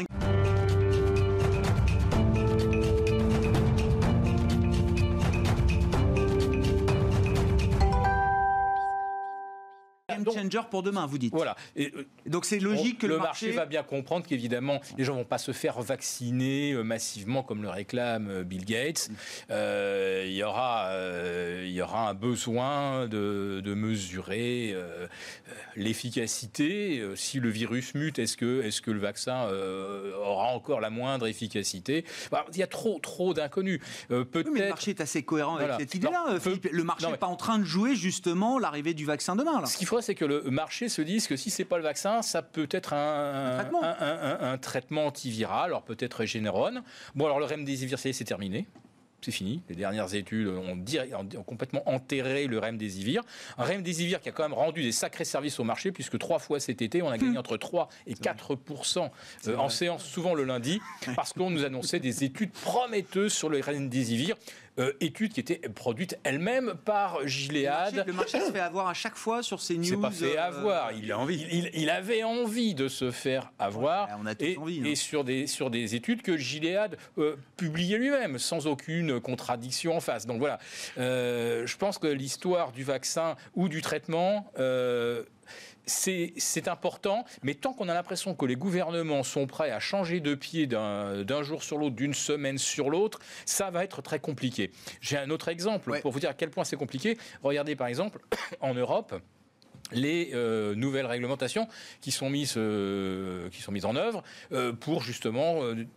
changer pour demain, vous dites. Voilà. Et, euh, donc c'est logique on, que le, le marché... marché va bien comprendre qu'évidemment les gens vont pas se faire vacciner euh, massivement comme le réclame euh, Bill Gates. Euh, il y aura, euh, il y aura un besoin de, de mesurer euh, l'efficacité. Euh, si le virus mute, est-ce que, est-ce que le vaccin euh, aura encore la moindre efficacité? Bah, il y a trop, trop d'inconnus. Euh, peut-être. Oui, mais le marché est assez cohérent voilà. avec cette idée-là, non, Philippe. Peu... Le marché n'est mais... pas en train de jouer justement l'arrivée du vaccin demain. Là. Ce qu'il faudrait, c'est que le marché se dise que si c'est pas le vaccin, ça peut être un, un, traitement. Un, un, un, un traitement antiviral, alors peut-être Regeneron. Bon, alors le Remdesivir, c'est terminé. C'est fini. Les dernières études ont, direct, ont complètement enterré le Remdesivir. Un Remdesivir qui a quand même rendu des sacrés services au marché, puisque trois fois cet été, on a gagné entre trois et quatre pour cent euh, en séance, souvent le lundi, parce qu'on nous annonçait des études prometteuses sur le Remdesivir. Euh, études qui étaient produites elles-mêmes par Gilead. Le marché, le marché se fait avoir à chaque fois sur ces news. C'est pas fait avoir. Il, il a envie. Il, il, il avait envie de se faire avoir. Ouais, on a tous et, envie, hein. et sur des sur des études que Gilead euh, publiait lui-même, sans aucune contradiction en face. Donc voilà. Euh, je pense que l'histoire du vaccin ou du traitement. Euh, C'est, c'est important, mais tant qu'on a l'impression que les gouvernements sont prêts à changer de pied d'un, d'un jour sur l'autre, d'une semaine sur l'autre, ça va être très compliqué. J'ai un autre exemple ouais. pour vous dire à quel point c'est compliqué. Regardez par exemple, en Europe, les euh, nouvelles réglementations qui sont mises, euh, qui sont mises en œuvre euh, pour justement euh,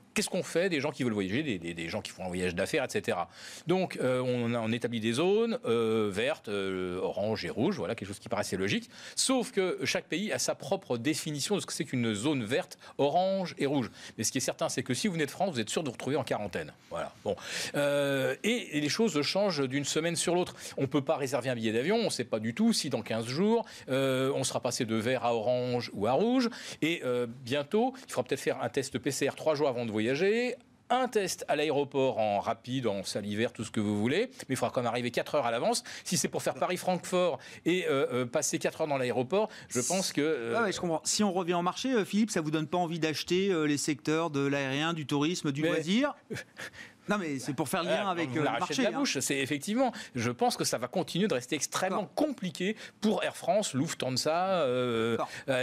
qu'est-ce qu'on fait des gens qui veulent voyager, des, des, des gens qui font un voyage d'affaires, et cetera. Donc, euh, on, a, on établit des zones euh, vertes, euh, orange et rouge, voilà, quelque chose qui paraissait logique. Sauf que chaque pays a sa propre définition de ce que c'est qu'une zone verte, orange et rouge. Mais ce qui est certain, c'est que si vous venez de France, vous êtes sûr de vous retrouver en quarantaine. Voilà. Bon. Euh, et, et les choses changent d'une semaine sur l'autre. On ne peut pas réserver un billet d'avion, on ne sait pas du tout si dans quinze jours, euh, on sera passé de vert à orange ou à rouge. Et euh, bientôt, il faudra peut-être faire un test P C R trois jours avant de voyager, un test à l'aéroport en rapide, en salivaire, tout ce que vous voulez, mais il faudra quand même arriver quatre heures à l'avance. Si c'est pour faire Paris-Francfort et euh, euh, passer quatre heures dans l'aéroport, je pense que... Euh... Ah ouais, je comprends. Si on revient au marché, euh, Philippe, ça vous donne pas envie d'acheter euh, les secteurs de l'aérien, du tourisme, du mais... loisir? Non, mais c'est pour faire le lien ah, avec on euh, la le marché. De la hein. bouche. C'est effectivement, je pense que ça va continuer de rester extrêmement D'accord. compliqué pour Air France, Lufthansa, euh,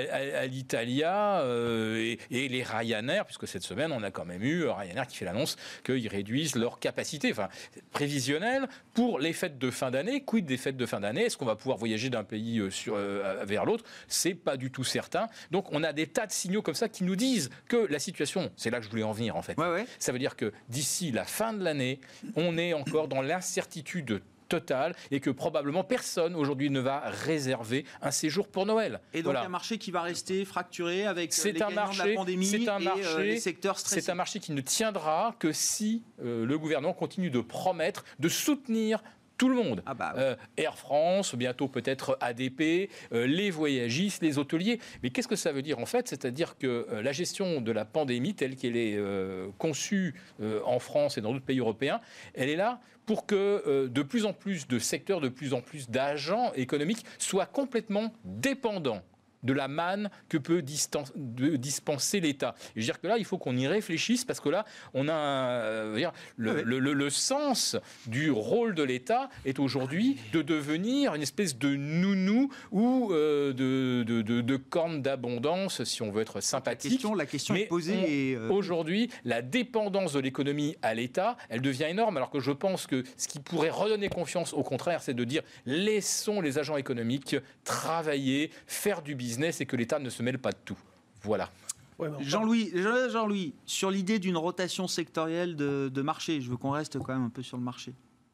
Alitalia euh, et, et les Ryanair, puisque cette semaine, on a quand même eu Ryanair qui fait l'annonce qu'ils réduisent leur capacité, enfin, prévisionnelle pour les fêtes de fin d'année. Quid des fêtes de fin d'année? Est-ce qu'on va pouvoir voyager d'un pays sur, euh, vers l'autre? C'est pas du tout certain. Donc, on a des tas de signaux comme ça qui nous disent que la situation, c'est là que je voulais en venir en fait. Ouais, ouais. Ça veut dire que d'ici la fin de l'année, on est encore dans l'incertitude totale et que probablement personne aujourd'hui ne va réserver un séjour pour Noël. Et donc voilà. un marché qui va rester fracturé avec c'est les un gagnants marché, de la pandémie c'est un et marché, euh, les secteurs stressés. C'est un marché qui ne tiendra que si euh, le gouvernement continue de promettre, de soutenir tout le monde. Ah bah, ouais. euh, Air France, bientôt peut-être A D P, euh, les voyagistes, les hôteliers. Mais qu'est-ce que ça veut dire en fait? C'est-à-dire que euh, la gestion de la pandémie telle qu'elle est euh, conçue euh, en France et dans d'autres pays européens, elle est là pour que euh, de plus en plus de secteurs, de plus en plus d'agents économiques soient complètement dépendants de la manne que peut distan- de dispenser l'État. Et je veux dire que là, il faut qu'on y réfléchisse parce que là, on a un, euh, dire, le, oui. le, le, le sens du rôle de l'État est aujourd'hui de devenir une espèce de nounou ou euh, de, de, de, de corne d'abondance, si on veut être sympathique. La question, la question Mais est posée. On, et euh... Aujourd'hui, la dépendance de l'économie à l'État, elle devient énorme, alors que je pense que ce qui pourrait redonner confiance, au contraire, c'est de dire laissons les agents économiques travailler, faire du business, et que l'État ne se mêle pas de tout. Voilà. Ouais, Jean-Louis, Jean-Louis, sur l'idée d'une rotation sectorielle de, de marché, je veux qu'on reste quand même un peu sur le marché.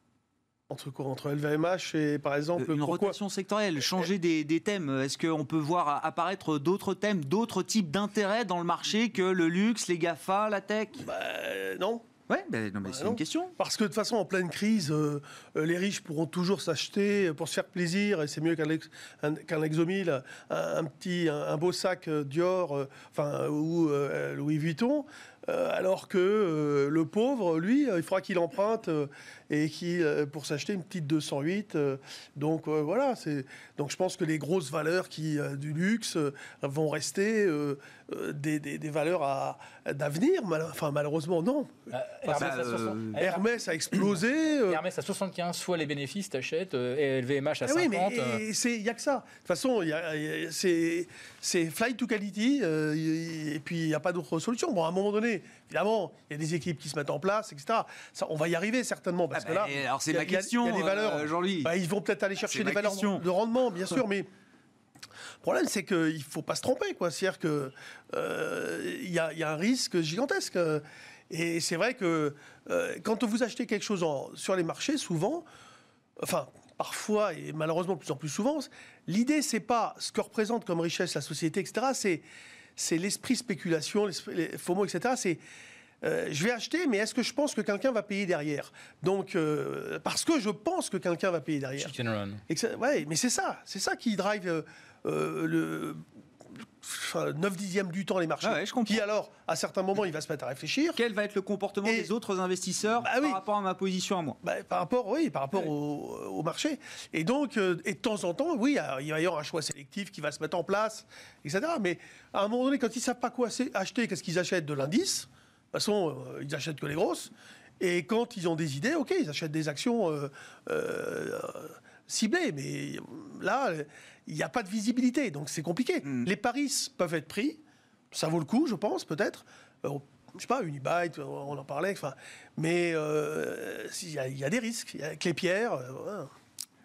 Entre quoi? Entre L V M H et, par exemple... Une pourquoi... rotation sectorielle, changer des, des thèmes. Est-ce qu'on peut voir apparaître d'autres thèmes, d'autres types d'intérêts dans le marché que le luxe, les GAFA, la tech? Bah, non. Ouais, ben non, mais bah c'est non. une question. Parce que de toute façon, en pleine crise, euh, les riches pourront toujours s'acheter pour se faire plaisir, et c'est mieux qu'un, un, qu'un Exomil, un, un petit, un, un beau sac Dior, euh, enfin ou euh, Louis Vuitton. Euh, alors que euh, le pauvre, lui, euh, il faudra qu'il emprunte euh, et qu'il, euh, pour s'acheter une petite deux cent huit. Euh, donc euh, voilà, c'est, donc je pense que les grosses valeurs qui, euh, du luxe euh, vont rester euh, euh, des, des, des valeurs à, d'avenir. Mal, enfin malheureusement non. Euh, Hermès, enfin, à soixante, euh, Hermès a explosé. Euh, Hermès à soixante-quinze fois les bénéfices, t'achètes, euh, et L V M H à ah oui, cinquante. Mais il n'y a que ça. De toute façon, y a, y a, c'est, c'est fly to quality euh, y, et puis il n'y a pas d'autre solution. Bon, à un moment donné, évidemment, il y a des équipes qui se mettent en place, et cetera. Ça, on va y arriver certainement parce ah bah, que là, alors c'est ma question, il y a des valeurs. Euh, Jean-Louis. Bah, ils vont peut-être aller chercher ah, des valeurs question. de rendement, bien sûr, mais le problème, c'est qu'il ne faut pas se tromper, quoi. C'est-à-dire qu'il euh, y, y a un risque gigantesque. Et c'est vrai que euh, quand vous achetez quelque chose en, sur les marchés, souvent, enfin, parfois et malheureusement de plus en plus souvent, l'idée, c'est pas ce que représente comme richesse la société, et cetera. C'est c'est l'esprit spéculation, les FOMO, et cetera. C'est euh, je vais acheter, mais est-ce que je pense que quelqu'un va payer derrière? Donc, euh, parce que je pense que quelqu'un va payer derrière. Chicken run. Et que, ouais, mais c'est ça, c'est ça qui drive euh, euh, le enfin, neuf dixièmes du temps les marchés. Ah ouais, je comprends. Qui alors, à certains moments, il va se mettre à réfléchir. Quel va être le comportement et, des autres investisseurs bah, par oui. rapport à ma position à moi? bah, Par rapport, oui, par rapport oui. au, au marché. Et donc, euh, et de temps en temps, oui, il va y avoir un choix sélectif qui va se mettre en place, et cetera. Mais à un moment donné, quand ils ne savent pas quoi acheter, qu'est-ce qu'ils achètent? De l'indice. De toute façon, euh, ils achètent que les grosses. Et quand ils ont des idées, ok, ils achètent des actions euh, euh, ciblées. Mais là, il n'y a pas de visibilité, donc c'est compliqué. Mm. Les paris peuvent être pris. Ça vaut le coup, je pense, peut-être. Euh, je sais pas, Unibyte, on en parlait. Mais il euh, y, y a des risques. Il y a Clépierre. Euh, voilà.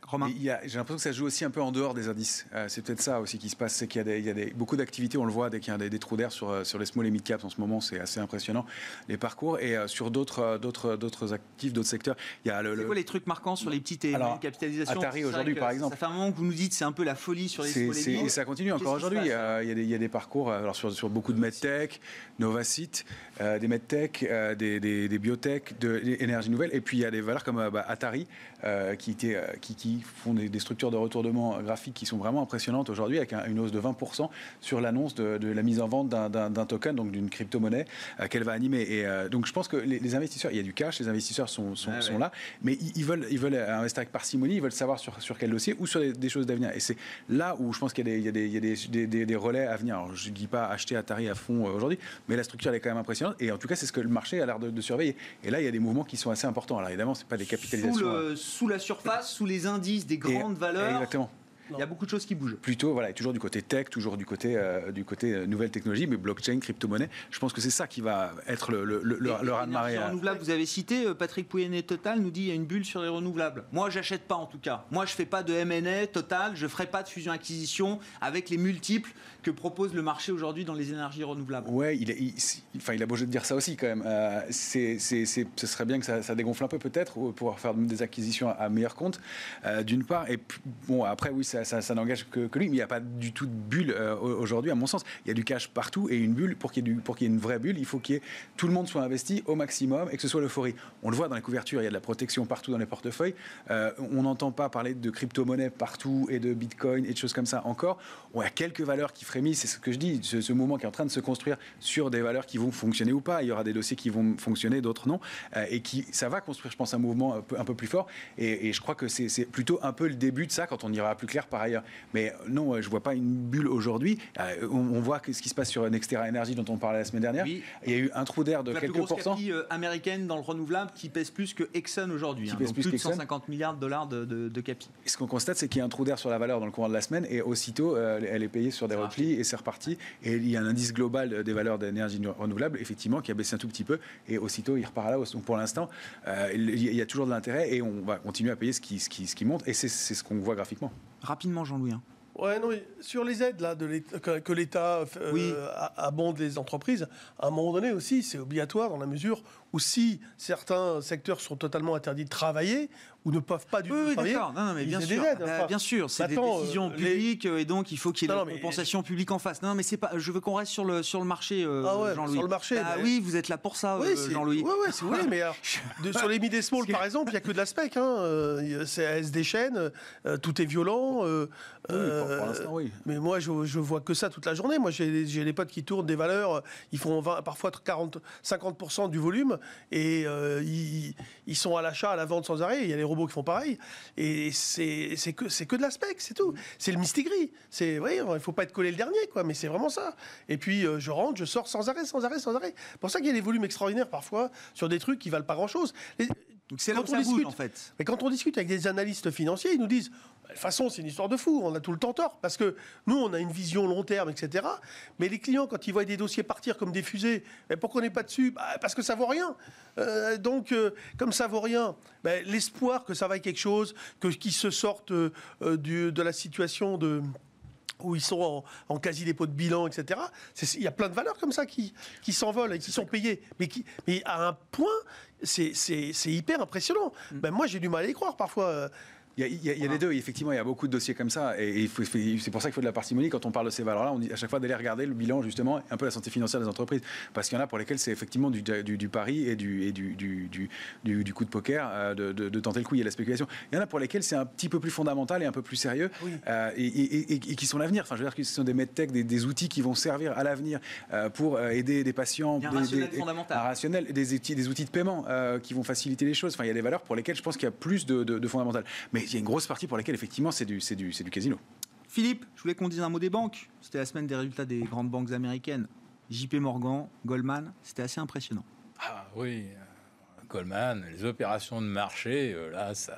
Romain. Il y a, j'ai l'impression que ça joue aussi un peu en dehors des indices. Euh, c'est peut-être ça aussi qui se passe, c'est qu'il y a, des, il y a des, beaucoup d'activités, on le voit dès qu'il y a des, des trous d'air sur, sur les small et mid caps en ce moment, c'est assez impressionnant les parcours. Et euh, sur d'autres, d'autres, d'autres actifs, d'autres secteurs, il y a le. C'est le... quoi les trucs marquants sur les petites et Alors, moyennes capitalisations? Atari aujourd'hui, par exemple. Ça fait un moment que vous nous dites c'est un peu la folie sur les c'est, small c'est, et mid. Et ça continue encore aujourd'hui. Il y, a, il, y a des, il y a des parcours alors sur, sur beaucoup de medtech, Novacite, euh, des medtech, euh, des, des, des biotech, de l'énergie nouvelle. Et puis il y a des valeurs comme euh, bah, Atari euh, qui, était, euh, qui, qui font des, des structures de retournement graphique qui sont vraiment impressionnantes aujourd'hui, avec un, une hausse de vingt pour cent sur l'annonce de, de la mise en vente d'un, d'un, d'un token, donc d'une crypto-monnaie euh, qu'elle va animer. Et euh, donc je pense que les, les investisseurs, il y a du cash, les investisseurs sont, sont, ah, sont ouais. là, mais ils, ils, veulent, ils veulent investir avec parcimonie, ils veulent savoir sur, sur quel dossier ou sur des, des choses d'avenir. Et c'est là où je pense qu'il y a des, il y a des, il y a des, des, des, des relais à venir. Alors, je ne dis pas acheter Atari à fond euh, aujourd'hui, mais la structure elle est quand même impressionnante. Et en tout cas, c'est ce que le marché a l'air de, de surveiller. Et là, il y a des mouvements qui sont assez importants. Alors évidemment, c'est pas des capitalisations. Sous, le, sous la surface, sous les indices des grandes et, valeurs. Exactement. Il y a beaucoup de choses qui bougent. Plutôt, voilà, toujours du côté tech, toujours du côté, euh, du côté euh, nouvelles technologies, mais blockchain, crypto-monnaie. Je pense que c'est ça qui va être le, le, le, le raz-de-marée. Les renouvelables, vous avez cité, Patrick Pouyanné, Total nous dit qu'il y a une bulle sur les renouvelables. Moi, j'achète pas en tout cas. Moi, je fais pas de M and A Total, je ferai pas de fusion-acquisition avec les multiples que propose le marché aujourd'hui dans les énergies renouvelables. Ouais, il, est, il, enfin, il a beau jeu de dire ça aussi quand même. Euh, c'est, c'est, c'est, ce serait bien que ça, ça dégonfle un peu peut-être pour pouvoir faire des acquisitions à meilleur compte, euh, d'une part. Et bon, après, oui, ça, ça, ça n'engage que, que lui, mais il n'y a pas du tout de bulle euh, aujourd'hui, à mon sens. Il y a du cash partout et une bulle, pour qu'il y ait, du, pour qu'il y ait une vraie bulle, il faut que tout le monde soit investi au maximum et que ce soit l'euphorie. On le voit dans les couvertures, il y a de la protection partout dans les portefeuilles. Euh, on n'entend pas parler de crypto-monnaie partout et de bitcoin et de choses comme ça encore. On a quelques valeurs qui frémissent, c'est ce que je dis, ce, ce mouvement qui est en train de se construire sur des valeurs qui vont fonctionner ou pas. Il y aura des dossiers qui vont fonctionner, d'autres non. Euh, et qui, ça va construire, je pense, un mouvement un peu, un peu plus fort. Et, et je crois que c'est, c'est plutôt un peu le début de ça quand on ira plus clair par ailleurs. Mais non, je ne vois pas une bulle aujourd'hui. Euh, on, on voit ce qui se passe sur Nextera Energy dont on parlait la semaine dernière. Oui. Il y a eu un trou d'air de la quelques plus grosse pourcents. Capi, euh, américaine dans le renouvelable qui pèse plus que Exxon aujourd'hui. Hein, pèse donc plus, plus de qu'Exxon. cent cinquante milliards de dollars de, de, de capi. Et ce qu'on constate, c'est qu'il y a un trou d'air sur la valeur dans le courant de la semaine et aussitôt, euh, elle est payée sur des c'est replis et c'est reparti. Et il y a un indice global des valeurs d'énergie renouvelable, effectivement, qui a baissé un tout petit peu et aussitôt, il repart à la hausse. Donc pour l'instant, euh, il y a toujours de l'intérêt et on va continuer à payer ce qui, ce qui, ce qui monte et c'est, c'est ce qu'on voit graphiquement. Rapidement, Jean-Louis. Hein. Ouais, non, sur les aides là, de l'État, que, que l'État euh, oui. abonde les entreprises, à un moment donné aussi, c'est obligatoire dans la mesure où si certains secteurs sont totalement interdits de travailler ou ne peuvent pas du tout oui, travailler, d'accord. Non, non, mais bien sûr, des aides, bah, enfin, bien sûr, c'est attends, des décisions euh, publiques les... et donc il faut qu'il y ait non, une mais... compensation publique en face. Non, mais c'est pas. Je veux qu'on reste sur le sur le marché, euh, ah ouais, Jean-Louis. Sur le marché. Ah mais... oui, vous êtes là pour ça, oui, euh, Jean-Louis. Oui, oui, si vous voulez, mais alors, de, sur les mid et small, par exemple, il n'y a que de la spec. Hein, euh, c'est A S des chaînes, euh, tout est violent. Euh, oui, pour, pour l'instant, oui. Mais moi, je, je vois que ça toute la journée. Moi, j'ai, j'ai les potes qui tournent des valeurs, ils font vingt, parfois quarante, cinquante pour cent du volume et euh, ils, ils sont à l'achat, à la vente sans arrêt. Il y a les robots qui font pareil. Et c'est, c'est, que, c'est que de la spec, c'est tout. C'est le mistigris. C'est, oui, il ne faut pas être collé le dernier, quoi, mais c'est vraiment ça. Et puis, euh, je rentre, je sors sans arrêt, sans arrêt, sans arrêt. C'est pour ça qu'il y a des volumes extraordinaires parfois sur des trucs qui ne valent pas grand-chose. Les, Donc c'est là où ça bouge, en fait. Mais quand on discute avec des analystes financiers, ils nous disent de toute façon, c'est une histoire de fou, on a tout le temps tort, parce que nous, on a une vision long terme, et cetera. Mais les clients, quand ils voient des dossiers partir comme des fusées, mais pourquoi on n'est pas dessus ? Bah, parce que ça vaut rien. Euh, donc, euh, comme ça vaut rien, bah, l'espoir que ça vaille quelque chose, que, qu'ils se sortent euh, du, de la situation de... où ils sont en, en quasi-dépôt de bilan, et cetera. Il y a plein de valeurs comme ça qui, qui s'envolent et qui sont payées. Mais, qui, mais à un point, c'est, c'est, c'est hyper impressionnant. Mm. Ben moi, j'ai du mal à y croire parfois. Il y a, il y a, il y a les deux, effectivement, il y a beaucoup de dossiers comme ça, et, et il faut, c'est pour ça qu'il faut de la parcimonie. Quand on parle de ces valeurs-là, on dit à chaque fois d'aller regarder le bilan, justement, un peu la santé financière des entreprises, parce qu'il y en a pour lesquelles c'est effectivement du, du, du pari et, du, et du, du, du, du, du coup de poker, euh, de, de, de tenter le coup, il y a la spéculation. Il y en a pour lesquelles c'est un petit peu plus fondamental et un peu plus sérieux, oui. euh, et, et, et, et qui sont l'avenir. Enfin, je veux dire que ce sont des medtech, des, des outils qui vont servir à l'avenir euh, pour euh, aider des patients, des, rationnel des, fondamental. un rationnel, des outils, des outils de paiement euh, qui vont faciliter les choses. Enfin, il y a des valeurs pour lesquelles je pense qu'il y a plus de, de, de fondamental. Mais il y a une grosse partie pour laquelle effectivement c'est du, c'est du, c'est du casino. Philippe, je voulais qu'on dise un mot des banques. C'était la semaine des résultats des grandes banques américaines. J P Morgan, Goldman, c'était assez impressionnant. Ah oui, Goldman, les opérations de marché, là, ça,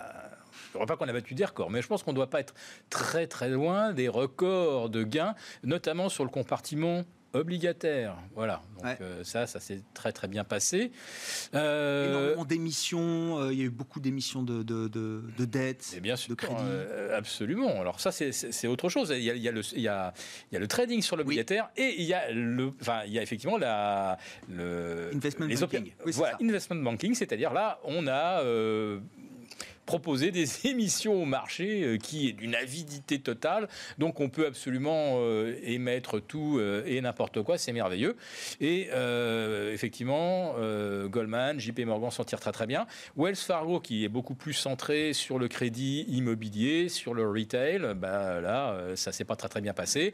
je ne crois pas qu'on a battu des records, mais je pense qu'on ne doit pas être très très loin des records de gains, notamment sur le compartiment obligataire. Voilà. Donc ouais. euh, ça, ça s'est très très bien passé. Euh... Énormément d'émissions. Euh, il y a eu beaucoup d'émissions de, de, de, de dettes, bien sûr, de crédits. Euh, absolument. Alors ça, c'est, c'est, c'est autre chose. Il y, a, il, y a le, il, y a, il y a le trading sur l'obligataire oui. et il y a le, enfin, il y a effectivement la, le investment les banking. Op- oui, voilà, investment banking, c'est-à-dire là, on a euh, proposer des émissions au marché euh, qui est d'une avidité totale. Donc on peut absolument euh, émettre tout euh, et n'importe quoi, c'est merveilleux. Et euh, effectivement, euh, Goldman, J P Morgan s'en tire très très bien. Wells Fargo, qui est beaucoup plus centré sur le crédit immobilier, sur le retail, bah, là, euh, ça s'est pas très très bien passé.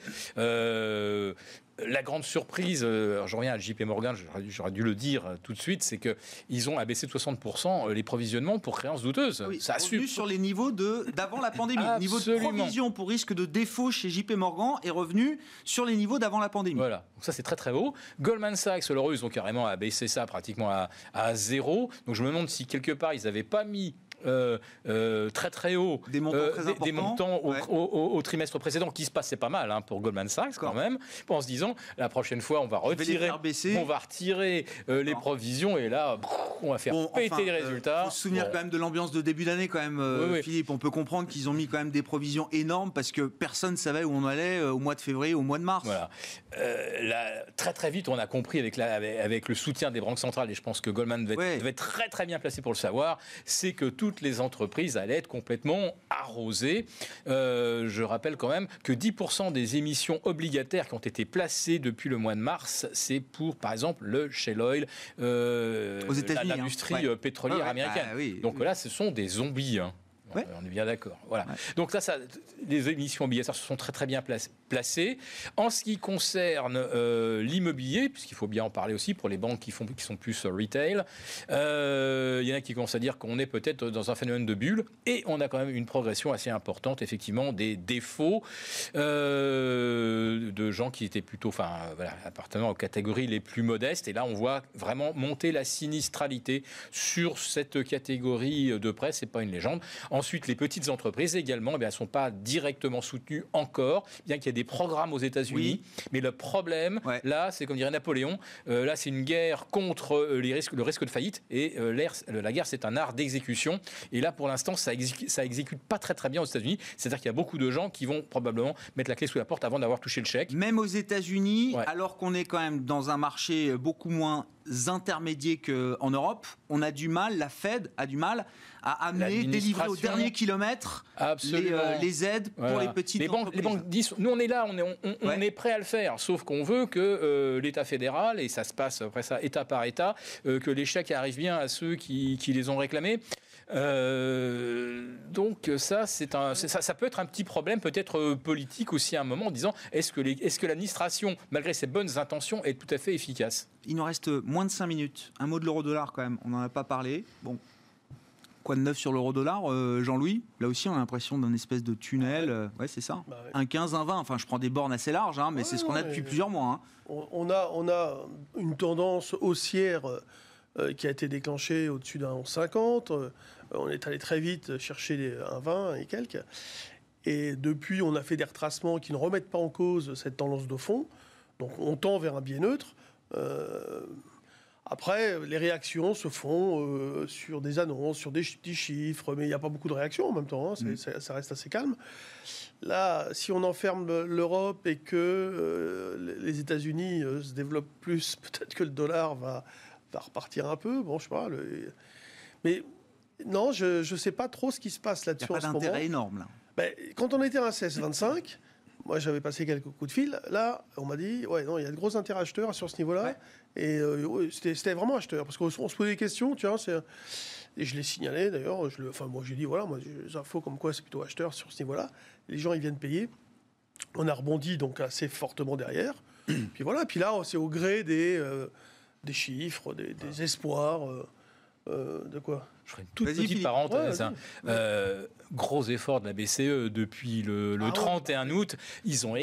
Euh, La grande surprise, euh, je reviens à J P Morgan, j'aurais, j'aurais dû le dire tout de suite, c'est qu'ils ont abaissé de soixante pour cent les provisionnements pour créances douteuses. Oui, ça a su... sur les niveaux de, d'avant la pandémie. Le niveau de provision pour risque de défaut chez J P Morgan est revenu sur les niveaux d'avant la pandémie. Voilà, donc ça c'est très très haut. Goldman Sachs, leur ils ont carrément abaissé ça pratiquement à, à zéro. Donc je me demande si quelque part ils n'avaient pas mis Euh, euh, très très haut des montants, euh, très des, des montants au, ouais. au, au, au trimestre précédent qui se passait pas mal hein, pour Goldman Sachs quand même, en se disant la prochaine fois on va retirer les on va retirer euh, les provisions et là pff, on va faire bon, péter enfin, les résultats. Il faut se souvenir bon. quand même de l'ambiance de début d'année quand même euh, oui, oui. Philippe, on peut comprendre qu'ils ont mis quand même des provisions énormes parce que personne ne savait où on allait euh, au mois de février, au mois de mars. Voilà. Euh, là, très très vite on a compris avec, la, avec, avec le soutien des banques centrales et je pense que Goldman devait, ouais. devait être très très bien placé pour le savoir, c'est que toutes les entreprises allait être complètement arrosée. Euh, je rappelle quand même que dix pour cent des émissions obligataires qui ont été placées depuis le mois de mars, c'est pour, par exemple, le shale oil, euh, aux États-Unis, l'industrie hein. ouais. pétrolière ouais, ouais. américaine. Ah, oui, Donc oui. là, ce sont des zombies. Hein. Ouais. On est bien d'accord. Voilà. Ouais. Donc là, ça, les émissions obligataires se sont très très bien placées. En ce qui concerne euh, l'immobilier, puisqu'il faut bien en parler aussi pour les banques qui, font, qui sont plus retail, euh, il y en a qui commencent à dire qu'on est peut-être dans un phénomène de bulle, et on a quand même une progression assez importante, effectivement, des défauts euh, de gens qui étaient plutôt, enfin, voilà, appartenant aux catégories les plus modestes. Et là, on voit vraiment monter la sinistralité sur cette catégorie de prêts. C'est pas une légende. Ensuite, les petites entreprises également, eh bien, elles ne sont pas directement soutenues encore, bien qu'il y ait des programmes aux États-Unis. Oui. Mais le problème, ouais. là, c'est comme dirait Napoléon, euh, là, c'est une guerre contre euh, les risques, le risque de faillite. Et euh, l'air, la guerre, c'est un art d'exécution. Et là, pour l'instant, ça exécute, ça exécute pas très très bien aux États-Unis. C'est-à-dire qu'il y a beaucoup de gens qui vont probablement mettre la clé sous la porte avant d'avoir touché le chèque. Même aux États-Unis, ouais. alors qu'on est quand même dans un marché beaucoup moins intermédiaire qu'en Europe, on a du mal, la Fed a du mal à amener, délivrer au dernier kilomètre les, euh, les aides pour voilà. les petites les banques, entreprises. Les banques disent, nous on est là, on est, on, on ouais. est prêt à le faire, sauf qu'on veut que euh, l'État fédéral, et ça se passe après ça État par État, euh, que les chèques arrivent bien à ceux qui, qui les ont réclamés. Euh, donc ça, c'est un, c'est, ça, ça peut être un petit problème, peut-être politique aussi à un moment, en disant est-ce que, les, est-ce que l'administration, malgré ses bonnes intentions, est tout à fait efficace ? Il nous reste moins de cinq minutes. Un mot de l'euro-dollar quand même, on n'en a pas parlé. Bon, quoi de neuf sur l'euro-dollar, euh, Jean-Louis ? Là aussi, on a l'impression d'un espèce de tunnel. Euh, ouais, c'est ça. Bah ouais. un quinze, un vingt. Enfin, je prends des bornes assez larges, hein, mais ouais, c'est ce qu'on a depuis plusieurs mois. Hein. On, a, on a une tendance haussière euh, qui a été déclenchée au-dessus d'un onze cinquante. Euh, on est allé très vite chercher un vingt et quelques. Et depuis, on a fait des retracements qui ne remettent pas en cause cette tendance de fond. Donc, on tend vers un biais neutre. Euh, après, les réactions se font euh, sur des annonces, sur des petits chiffres, mais il n'y a pas beaucoup de réactions en même temps, hein, c'est, mmh. ça, ça reste assez calme. Là, si on enferme l'Europe et que euh, les États-Unis euh, se développent plus, peut-être que le dollar va, va repartir un peu, bon, je sais pas. Le... Mais non, je ne sais pas trop ce qui se passe là-dessus en ce moment. Il n'y a pas d'intérêt énorme, là. Ben, quand on était à un seize vingt-cinq... Moi, j'avais passé quelques coups de fil. Là, on m'a dit, ouais, non, il y a de gros intérêts acheteurs sur ce niveau-là. Ouais. Et euh, c'était, c'était vraiment acheteur. Parce qu'on se posait des questions, tu vois. C'est... Et je l'ai signalé, d'ailleurs. Je le... Enfin, moi, j'ai dit, voilà, moi, j'ai des infos comme quoi c'est plutôt acheteur sur ce niveau-là. Les gens, ils viennent payer. On a rebondi, donc, assez fortement derrière. Puis voilà. Puis là, c'est au gré des, euh, des chiffres, des, des espoirs. Euh, euh, de quoi ? Je ferai une toute Vas-y, petite Philippe. parenthèse. Ouais, hein. euh, gros effort de la B C E depuis le, le ah trente et un août. Ils ont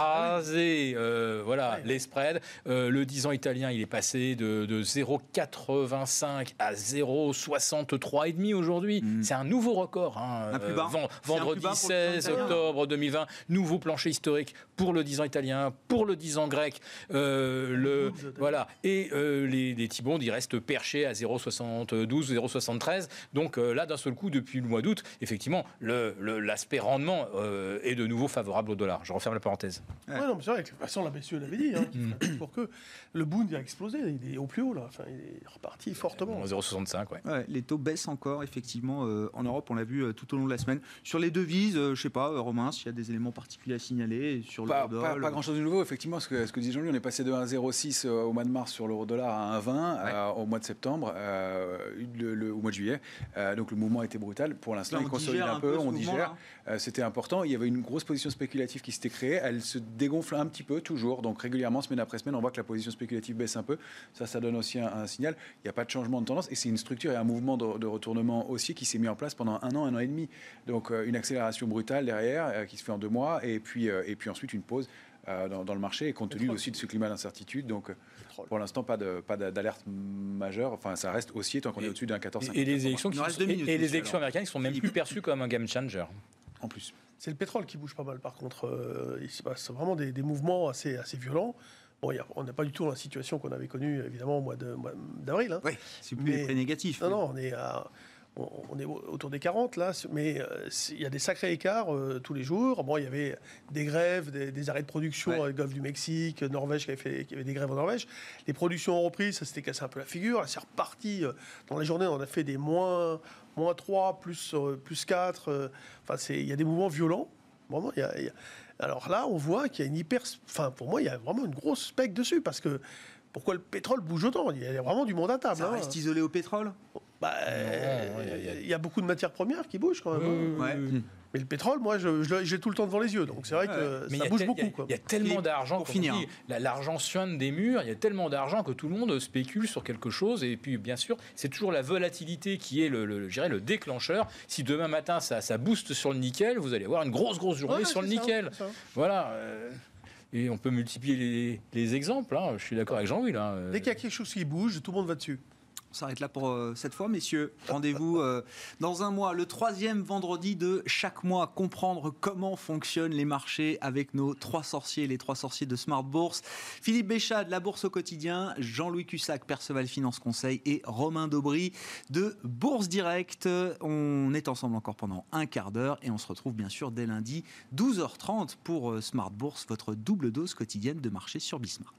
écrasé euh, voilà, ouais. les spreads. Euh, le dix ans italien, il est passé de, de zéro virgule quatre-vingt-cinq à zéro virgule soixante-trois virgule cinq aujourd'hui. Mmh. C'est un nouveau record. Hein. Un plus bas. Euh, vendredi seize octobre deux mille vingt, nouveau plancher historique pour le dix ans italien, pour le dix ans grec. Euh, le, voilà. Et euh, les, les T-bonds, ils restent perchés à zéro virgule soixante-douze, zéro virgule soixante-treize. Donc euh, là, d'un seul coup, depuis le mois d'août, effectivement, le, le, l'aspect rendement euh, est de nouveau favorable au dollar. Je referme la parenthèse. Ouais, ouais non, mais c'est vrai, de toute façon, la B C E l'avait dit, hein, pour que le Bund a explosé, il est au plus haut, là. Enfin, il est reparti fortement. zéro virgule soixante-cinq, ouais. ouais. Les taux baissent encore, effectivement, euh, en Europe, on l'a vu euh, tout au long de la semaine. Sur les devises, euh, je sais pas, euh, Romain, s'il y a des éléments particuliers à signaler sur pas, l'euro-dollar. Pas, pas grand-chose de nouveau, effectivement, ce que, ce que dit Jean-Louis, on est passé de un virgule zéro six au mois de mars sur l'euro-dollar à un virgule vingt ouais. euh, au mois de septembre, euh, le, le, au mois de juillet. Euh, donc le mouvement a été brutal. Pour l'instant, il consolide un, un peu, peu on digère. Euh, c'était important. Il y avait une grosse position spéculative qui s'était créée. Elle se dégonfle un petit peu, toujours. Donc régulièrement, semaine après semaine, on voit que la position spéculative baisse un peu. Ça, ça donne aussi un, un signal. Il n'y a pas de changement de tendance. Et c'est une structure et un mouvement de, de retournement haussier qui s'est mis en place pendant un an, un an et demi. Donc euh, une accélération brutale derrière, euh, qui se fait en deux mois. Et puis, euh, et puis ensuite, une pause. Euh, dans, dans le marché et compte tenu aussi de ce climat d'incertitude. Donc, pour l'instant, pas, de, pas d'alerte majeure. Enfin, ça reste haussier tant qu'on est au-dessus d'un quatorze cinquante. Et les élections, qui sont, minutes, et les élections américaines qui sont même plus perçues comme un game changer. En plus. C'est le pétrole qui bouge pas mal, par contre. Euh, il se passe vraiment des, des mouvements assez, assez violents. Bon, y a, on n'est pas du tout dans la situation qu'on avait connue, évidemment, au mois, de, mois d'avril. Hein. Oui, c'est plus très négatif. Non, non, on est à... On est autour des quarante là, mais il y a des sacrés écarts euh, tous les jours. Bon, il y avait des grèves, des, des arrêts de production ouais. avec le Golfe du Mexique, Norvège qui avait, fait, qui avait des grèves en Norvège. Les productions ont repris, ça s'était cassé un peu la figure. C'est reparti. Dans la journée, on a fait des moins, moins trois, plus, euh, plus quatre. Euh, enfin, il y a des mouvements violents. Vraiment, il y a, il y a... Alors là, on voit qu'il y a une hyper... Enfin, pour moi, il y a vraiment une grosse spec dessus parce que pourquoi le pétrole bouge autant? Il y a vraiment du monde à table. Ça hein. reste isolé au pétrole? Bah, non, il y, y, y a beaucoup de matières premières qui bougent quand même. Mmh, ouais. mmh. Mais le pétrole, moi, je, je, j'ai tout le temps devant les yeux. Donc c'est vrai que ouais. ça bouge beaucoup. Il y, y a tellement d'argent. Pour finir. Dit, l'argent suinte des murs. Il y a tellement d'argent que tout le monde spécule sur quelque chose. Et puis, bien sûr, c'est toujours la volatilité qui est le, le, je dirais, le déclencheur. Si demain matin, ça, ça booste sur le nickel, vous allez avoir une grosse, grosse journée ouais, sur le nickel. Ça, voilà. Euh, et on peut multiplier les, les exemples. Hein. Je suis d'accord avec Jean-Louis. Là. Dès qu'il y a quelque chose qui bouge, tout le monde va dessus. On s'arrête là pour euh, cette fois, messieurs. Rendez-vous euh, dans un mois, le troisième vendredi de chaque mois. Comprendre comment fonctionnent les marchés avec nos trois sorciers, les trois sorciers de Smart Bourse. Philippe Béchat de la Bourse au quotidien, Jean-Louis Cussac, Perceval Finance Conseil et Romain Daubry de Bourse Direct. On est ensemble encore pendant un quart d'heure et on se retrouve bien sûr dès lundi, douze heures trente pour euh, Smart Bourse, votre double dose quotidienne de marché sur Bismart.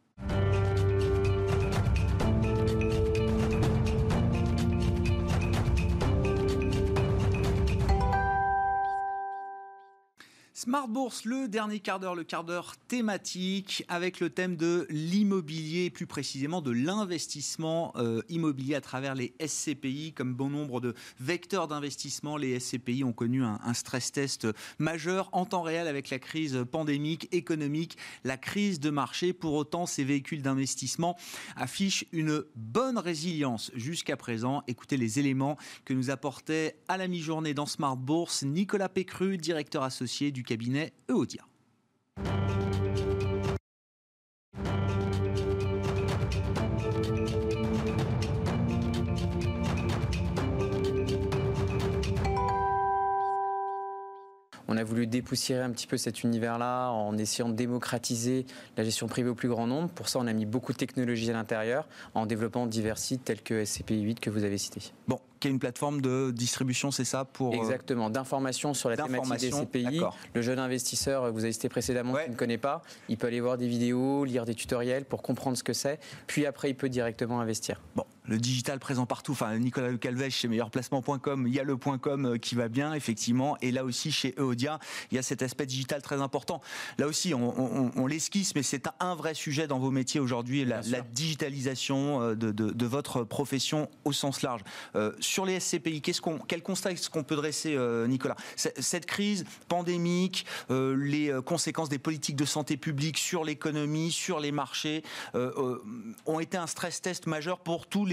Smart Bourse, le dernier quart d'heure, le quart d'heure thématique avec le thème de l'immobilier, plus précisément de l'investissement euh, immobilier à travers les S C P I. Comme bon nombre de vecteurs d'investissement, les S C P I ont connu un, un stress test majeur en temps réel avec la crise pandémique, économique, la crise de marché. Pour autant, ces véhicules d'investissement affichent une bonne résilience jusqu'à présent. Écoutez les éléments que nous apportait à la mi-journée dans Smart Bourse Nicolas Pécru, directeur associé du cabinet Euodia. On a voulu dépoussiérer un petit peu cet univers-là en essayant de démocratiser la gestion privée au plus grand nombre. Pour ça, on a mis beaucoup de technologies à l'intérieur en développant divers sites tels que S C P I huit que vous avez cité. Bon, qui est une plateforme de distribution, c'est ça pour Exactement, d'informations sur la thématique des S C P I. D'accord. Le jeune investisseur, que vous avez cité précédemment, ouais. qui ne connaît pas, il peut aller voir des vidéos, lire des tutoriels pour comprendre ce que c'est. Puis après, il peut directement investir. Bon, le digital présent partout. Enfin, Nicolas Calvez chez meilleur placement point com, il y a le .com qui va bien, effectivement. Et là aussi, chez Euodia, il y a cet aspect digital très important. Là aussi, on, on, on l'esquisse, mais c'est un vrai sujet dans vos métiers aujourd'hui, la, la digitalisation de, de, de votre profession au sens large. Euh, sur les S C P I, qu'est-ce qu'on, quel constat est-ce qu'on peut dresser, euh, Nicolas ? Cette crise pandémique, euh, les conséquences des politiques de santé publique sur l'économie, sur les marchés, euh, euh, ont été un stress test majeur pour tous les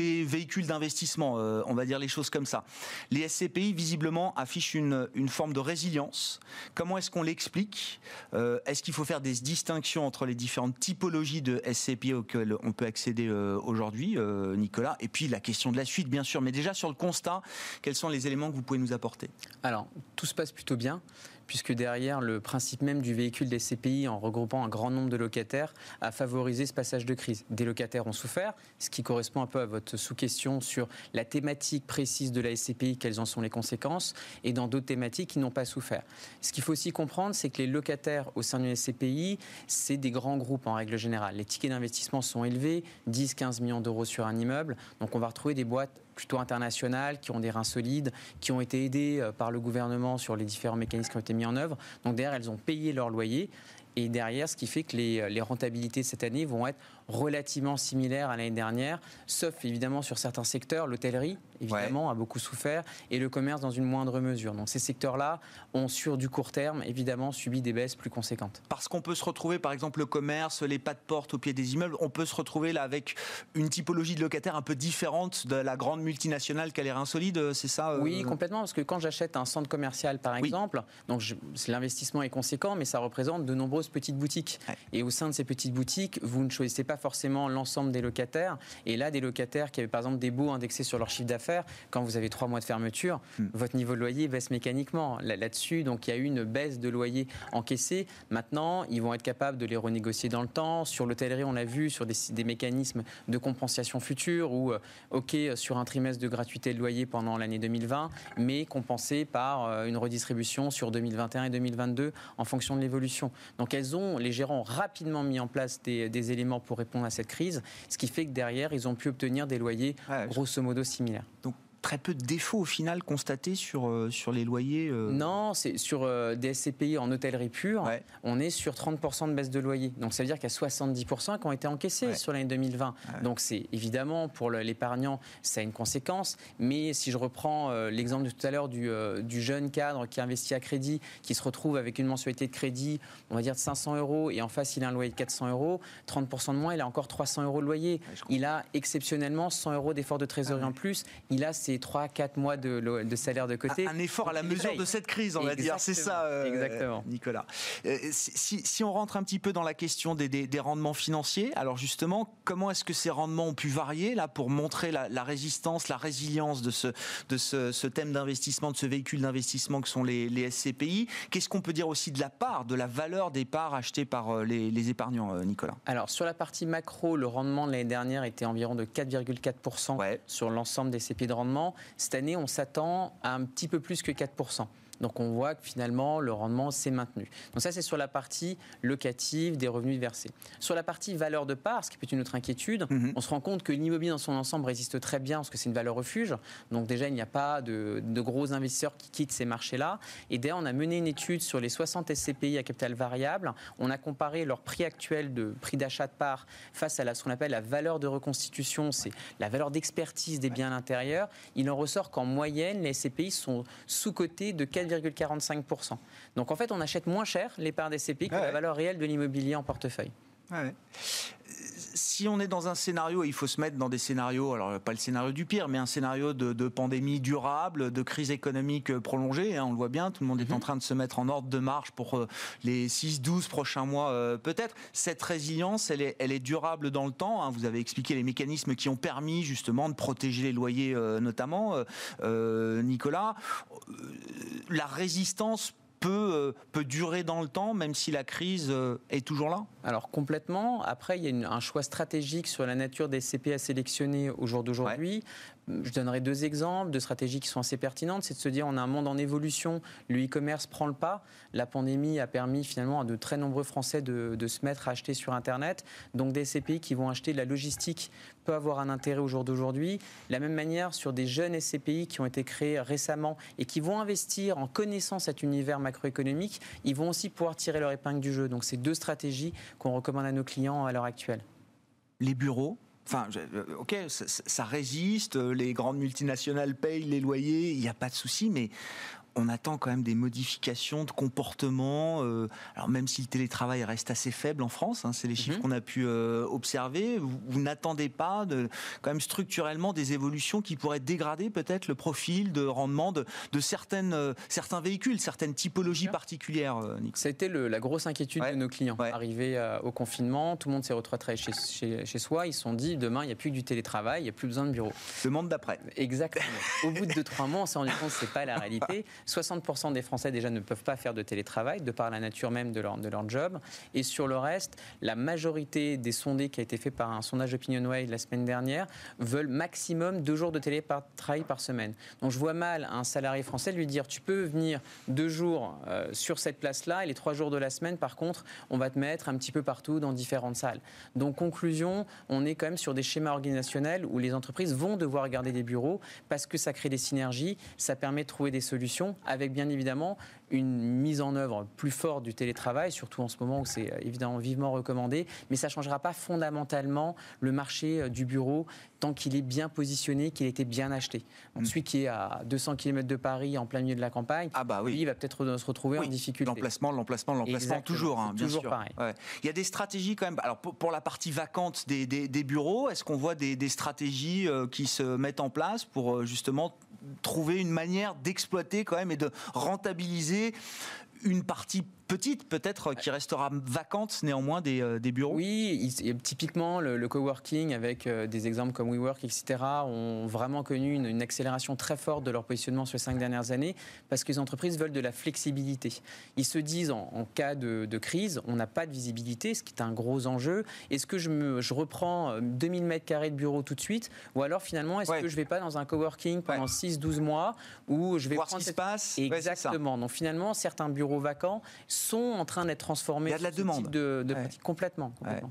les véhicules d'investissement, euh, on va dire les choses comme ça. Les S C P I, visiblement, affichent une, une forme de résilience. Comment est-ce qu'on l'explique ? euh, Est-ce qu'il faut faire des distinctions entre les différentes typologies de S C P I auxquelles on peut accéder euh, aujourd'hui, euh, Nicolas ? Et puis la question de la suite, bien sûr. Mais déjà, sur le constat, quels sont les éléments que vous pouvez nous apporter ? Alors, tout se passe plutôt bien, puisque derrière, le principe même du véhicule des S C P I, en regroupant un grand nombre de locataires, a favorisé ce passage de crise. Des locataires ont souffert, ce qui correspond un peu à votre sous-question sur la thématique précise de la S C P I, quelles en sont les conséquences, et dans d'autres thématiques qui n'ont pas souffert. Ce qu'il faut aussi comprendre, c'est que les locataires au sein d'une S C P I, c'est des grands groupes en règle générale. Les tickets d'investissement sont élevés, dix à quinze millions d'euros sur un immeuble, donc on va retrouver des boîtes plutôt internationales, qui ont des reins solides, qui ont été aidées par le gouvernement sur les différents mécanismes qui ont été mis en œuvre. Donc derrière, elles ont payé leur loyer. Et derrière, ce qui fait que les, les rentabilités cette année vont être relativement similaires à l'année dernière, sauf évidemment sur certains secteurs. L'hôtellerie, évidemment, ouais. a beaucoup souffert, et le commerce dans une moindre mesure. Donc ces secteurs-là ont, sur du court terme, évidemment, subi des baisses plus conséquentes. Parce qu'on peut se retrouver, par exemple, le commerce, les pas de porte au pied des immeubles, on peut se retrouver là avec une typologie de locataires un peu différente de la grande multinationale qui a les reins solides, c'est ça euh... Oui, complètement, parce que quand j'achète un centre commercial, par exemple, oui. donc je, l'investissement est conséquent, mais ça représente de nombreuses petites boutiques. Ouais. Et au sein de ces petites boutiques, vous ne choisissez pas forcément l'ensemble des locataires. Et là, des locataires qui avaient par exemple des baux indexés sur leur chiffre d'affaires, quand vous avez trois mois de fermeture, mmh. votre niveau de loyer baisse mécaniquement. Là, là-dessus, donc il y a eu une baisse de loyer encaissée. Maintenant, ils vont être capables de les renégocier dans le temps. Sur l'hôtellerie, on l'a vu, sur des, des mécanismes de compensation future, où, euh, OK, sur un trimestre de gratuité de loyer pendant l'année deux mille vingt, mais compensé par euh, une redistribution sur deux mille vingt et un et deux mille vingt-deux en fonction de l'évolution. Donc elles ont, les gérants ont rapidement mis en place des, des éléments pour répondre à cette crise, ce qui fait que derrière, ils ont pu obtenir des loyers ouais, grosso modo similaires. Donc très peu de défauts au final constatés sur, euh, sur les loyers euh... Non, c'est sur euh, des S C P I en hôtellerie pure, ouais. on est sur trente pour cent de baisse de loyer. Donc ça veut dire qu'il y a soixante-dix pour cent qui ont été encaissés ouais. sur l'année deux mille vingt. Ouais. Donc c'est évidemment pour l'épargnant, ça a une conséquence. Mais si je reprends euh, l'exemple de tout à l'heure du, euh, du jeune cadre qui investit à crédit, qui se retrouve avec une mensualité de crédit, on va dire de cinq cents euros, et en face il a un loyer de quatre cents euros, trente pour cent de moins, il a encore trois cents euros de loyer. Ouais, il a exceptionnellement cent euros d'effort de trésorerie ah ouais. en plus. Il a ses trois à quatre mois de, de salaire de côté. Un effort à la mesure de cette crise, on va dire. C'est ça, euh, Exactement. Nicolas. Euh, si, si on rentre un petit peu dans la question des, des, des rendements financiers, alors justement, comment est-ce que ces rendements ont pu varier là pour montrer la, la résistance, la résilience de ce, de ce, ce thème d'investissement, de ce véhicule d'investissement que sont les, les S C P I? Qu'est-ce qu'on peut dire aussi de la part, de la valeur des parts achetées par les, les épargnants, euh, Nicolas? Alors, sur la partie macro, le rendement de l'année dernière était environ de quatre virgule quatre pour cent ouais. sur l'ensemble des S C P I de rendement. Cette année, on s'attend à un petit peu plus que quatre pour cent. Donc on voit que finalement le rendement s'est maintenu. Donc ça c'est sur la partie locative des revenus versés. Sur la partie valeur de part, ce qui peut être une autre inquiétude, mmh. on se rend compte que l'immobilier dans son ensemble résiste très bien parce que c'est une valeur refuge. Donc déjà il n'y a pas de, de gros investisseurs qui quittent ces marchés-là. Et d'ailleurs on a mené une étude sur les soixante S C P I à capital variable. On a comparé leur prix actuel de prix d'achat de part face à la, ce qu'on appelle la valeur de reconstitution, c'est la valeur d'expertise des biens à l'intérieur. Il en ressort qu'en moyenne les S C P I sont sous-cotés de quatre virgule quarante-cinq pour cent. Donc en fait, on achète moins cher les parts des S C P I que ouais. la valeur réelle de l'immobilier en portefeuille. Ouais. Si on est dans un scénario, il faut se mettre dans des scénarios, alors pas le scénario du pire, mais un scénario de, de pandémie durable, de crise économique prolongée, hein, on le voit bien, tout le monde est mm-hmm. en train de se mettre en ordre de marche pour euh, les six douze prochains mois euh, peut-être. Cette résilience, elle est, elle est durable dans le temps, hein. Vous avez expliqué les mécanismes qui ont permis justement de protéger les loyers euh, notamment, euh, euh, Nicolas. Euh, la résistance Peut, euh, peut durer dans le temps, même si la crise euh, est toujours là? Alors complètement. Après, il y a une, un choix stratégique sur la nature des S C P à sélectionner au jour d'aujourd'hui. Ouais. Je donnerai deux exemples de stratégies qui sont assez pertinentes. C'est de se dire on a un monde en évolution, le e-commerce prend le pas. La pandémie a permis finalement à de très nombreux Français de, de se mettre à acheter sur Internet. Donc des S C P I qui vont acheter de la logistique peut avoir un intérêt au jour d'aujourd'hui. De la même manière, sur des jeunes S C P I qui ont été créés récemment et qui vont investir en connaissant cet univers macroéconomique, ils vont aussi pouvoir tirer leur épingle du jeu. Donc c'est deux stratégies qu'on recommande à nos clients à l'heure actuelle. Les bureaux, enfin, ok, ça, ça résiste, les grandes multinationales payent les loyers, il n'y a pas de souci, mais on attend quand même des modifications de comportement. Euh, alors même si le télétravail reste assez faible en France, hein, c'est les chiffres mmh. qu'on a pu euh, observer, vous, vous n'attendez pas de, quand même structurellement des évolutions qui pourraient dégrader peut-être le profil de rendement de, de certaines, euh, certains véhicules, certaines typologies particulières, euh, Nick. Ça a été le, la grosse inquiétude ouais. de nos clients. Ouais. Arrivé euh, au confinement, tout le monde s'est retrouvé à travailler chez, chez, chez soi. Ils se sont dit, demain, il n'y a plus que du télétravail, il n'y a plus besoin de bureau. Le monde d'après. Exactement. Au bout de deux trois mois, on s'est rendu compte que ce n'est pas la réalité. soixante pour cent des Français déjà ne peuvent pas faire de télétravail, de par la nature même de leur, de leur job. Et sur le reste, la majorité des sondés qui a été fait par un sondage OpinionWay la semaine dernière veulent maximum deux jours de télétravail par semaine. Donc je vois mal un salarié français lui dire tu peux venir deux jours euh, sur cette place-là et les trois jours de la semaine, par contre, on va te mettre un petit peu partout dans différentes salles. Donc conclusion, on est quand même sur des schémas organisationnels où les entreprises vont devoir garder des bureaux parce que ça crée des synergies, ça permet de trouver des solutions avec bien évidemment une mise en œuvre plus forte du télétravail, surtout en ce moment où c'est évidemment vivement recommandé, mais ça ne changera pas fondamentalement le marché du bureau tant qu'il est bien positionné, qu'il a été bien acheté. Donc, mmh. celui qui est à deux cents kilomètres de Paris, en plein milieu de la campagne, ah bah oui. lui, il va peut-être se retrouver oui. en difficulté. L'emplacement, l'emplacement, l'emplacement, Exactement. toujours, hein, bien toujours sûr. Pareil. Ouais. Il y a des stratégies quand même. Alors pour, pour la partie vacante des, des, des bureaux, est-ce qu'on voit des, des stratégies euh, qui se mettent en place pour euh, justement trouver une manière d'exploiter quand même et de rentabiliser une partie petite, peut-être, qui restera vacante néanmoins des, euh, des bureaux? Oui, il, typiquement, le, le coworking, avec euh, des exemples comme WeWork, et cetera, ont vraiment connu une, une accélération très forte de leur positionnement sur les cinq dernières années, parce que les entreprises veulent de la flexibilité. Ils se disent, en, en cas de, de crise, on n'a pas de visibilité, ce qui est un gros enjeu. Est-ce que je, me, je reprends deux mille mètres carrés de bureau tout de suite, ou alors finalement, est-ce ouais. que je ne vais pas dans un coworking pendant ouais. six à douze mois, où je vais voir prendre ce qui cette... se passe? Exactement. Ouais, donc finalement, certains bureaux vacants sont en train d'être transformés. Il y a de la demande. De, de ouais. Complètement. complètement.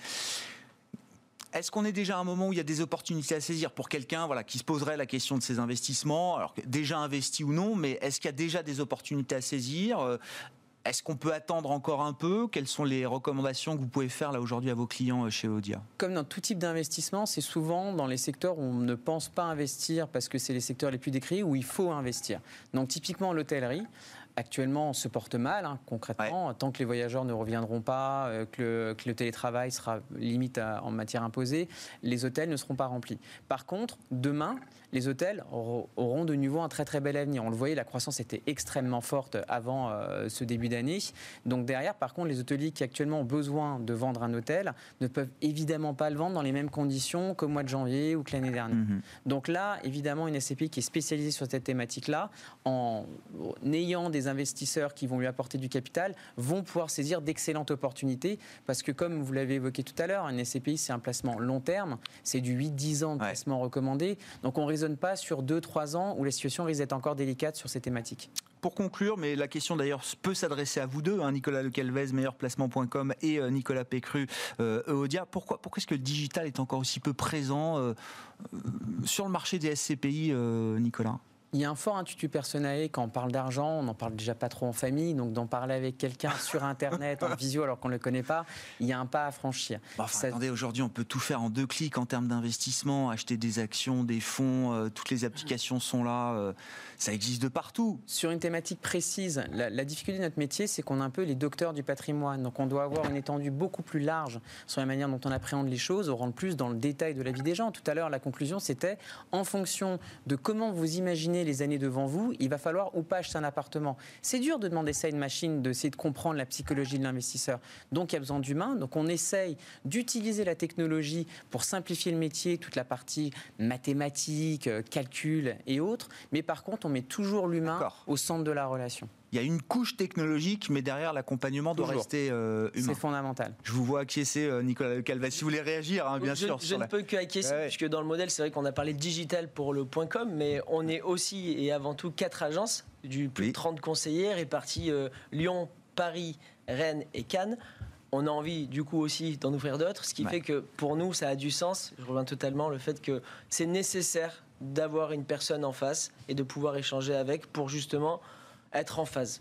Ouais. Est-ce qu'on est déjà à un moment où il y a des opportunités à saisir pour quelqu'un voilà, qui se poserait la question de ses investissements, alors déjà investi ou non, mais est-ce qu'il y a déjà des opportunités à saisir? Est-ce qu'on peut attendre encore un peu? Quelles sont les recommandations que vous pouvez faire là aujourd'hui à vos clients chez Veolia? Comme dans tout type d'investissement, c'est souvent dans les secteurs où on ne pense pas investir parce que c'est les secteurs les plus décriés où il faut investir. Donc typiquement l'hôtellerie. Actuellement, on se porte mal, hein, concrètement, ouais. tant que les voyageurs ne reviendront pas, euh, que, le, que le télétravail sera limite à, en matière imposée, les hôtels ne seront pas remplis. Par contre, demain, les hôtels auront de nouveau un très très bel avenir. On le voyait, la croissance était extrêmement forte avant euh, ce début d'année. Donc derrière, par contre, les hôteliers qui actuellement ont besoin de vendre un hôtel ne peuvent évidemment pas le vendre dans les mêmes conditions qu'au mois de janvier ou que l'année dernière. Mmh. Donc là, évidemment, une S C P I qui est spécialisée sur cette thématique-là, en ayant des investisseurs qui vont lui apporter du capital, vont pouvoir saisir d'excellentes opportunités parce que, comme vous l'avez évoqué tout à l'heure, une S C P I, c'est un placement long terme, c'est du huit à dix ans de ouais. placement recommandé. Donc on ne raisonne pas sur deux à trois ans où la situation risque d'être encore délicate sur ces thématiques. Pour conclure, mais la question d'ailleurs peut s'adresser à vous deux, hein, Nicolas Lecalvez, meilleur placement point com et euh, Nicolas Pécru, euh, Veolia. Pourquoi, pourquoi est-ce que le digital est encore aussi peu présent euh, euh, sur le marché des S C P I, euh, Nicolas ? Il y a un fort intuitu personnel quand on parle d'argent, on n'en parle déjà pas trop en famille, donc d'en parler avec quelqu'un sur Internet, en visio, alors qu'on ne le connaît pas, il y a un pas à franchir. Bon, enfin, Ça... Attendez, aujourd'hui, on peut tout faire en deux clics en termes d'investissement, acheter des actions, des fonds, euh, toutes les applications sont là, euh, ça existe de partout. Sur une thématique précise, la, la difficulté de notre métier, c'est qu'on est un peu les docteurs du patrimoine, donc on doit avoir une étendue beaucoup plus large sur la manière dont on appréhende les choses, on rentre plus dans le détail de la vie des gens. Tout à l'heure, la conclusion, c'était en fonction de comment vous imaginez les années devant vous, il va falloir ou pas acheter un appartement. C'est dur de demander ça à une machine, d'essayer de comprendre la psychologie de l'investisseur. Donc il y a besoin d'humains. Donc on essaye d'utiliser la technologie pour simplifier le métier, toute la partie mathématiques, calcul et autres. Mais par contre, on met toujours l'humain D'accord. au centre de la relation. Il y a une couche technologique, mais derrière, l'accompagnement doit rester euh, humain. C'est fondamental. Je vous vois acquiescer, euh, Nicolas Lecalvez. Si vous voulez réagir, hein, bien je, sûr. Je ne la... peux qu'acquiescer, ouais. puisque dans le modèle, c'est vrai qu'on a parlé de digital pour le .com, mais on est aussi et avant tout quatre agences, du plus oui. de trente conseillers répartis euh, Lyon, Paris, Rennes et Cannes. On a envie, du coup, aussi d'en ouvrir d'autres, ce qui ouais. fait que pour nous, ça a du sens. Je reviens totalement le fait que c'est nécessaire d'avoir une personne en face et de pouvoir échanger avec pour justement être en phase.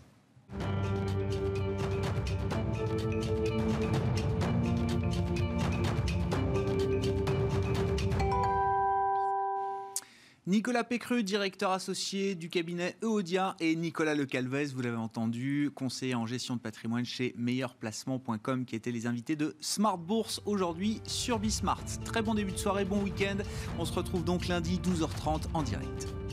Nicolas Pécreux, directeur associé du cabinet Eodia, et Nicolas Lecalvez, vous l'avez entendu, conseiller en gestion de patrimoine chez meilleur placement point com, qui étaient les invités de Smart Bourse aujourd'hui sur Bismart. Très bon début de soirée, bon week-end. On se retrouve donc lundi douze heures trente en direct.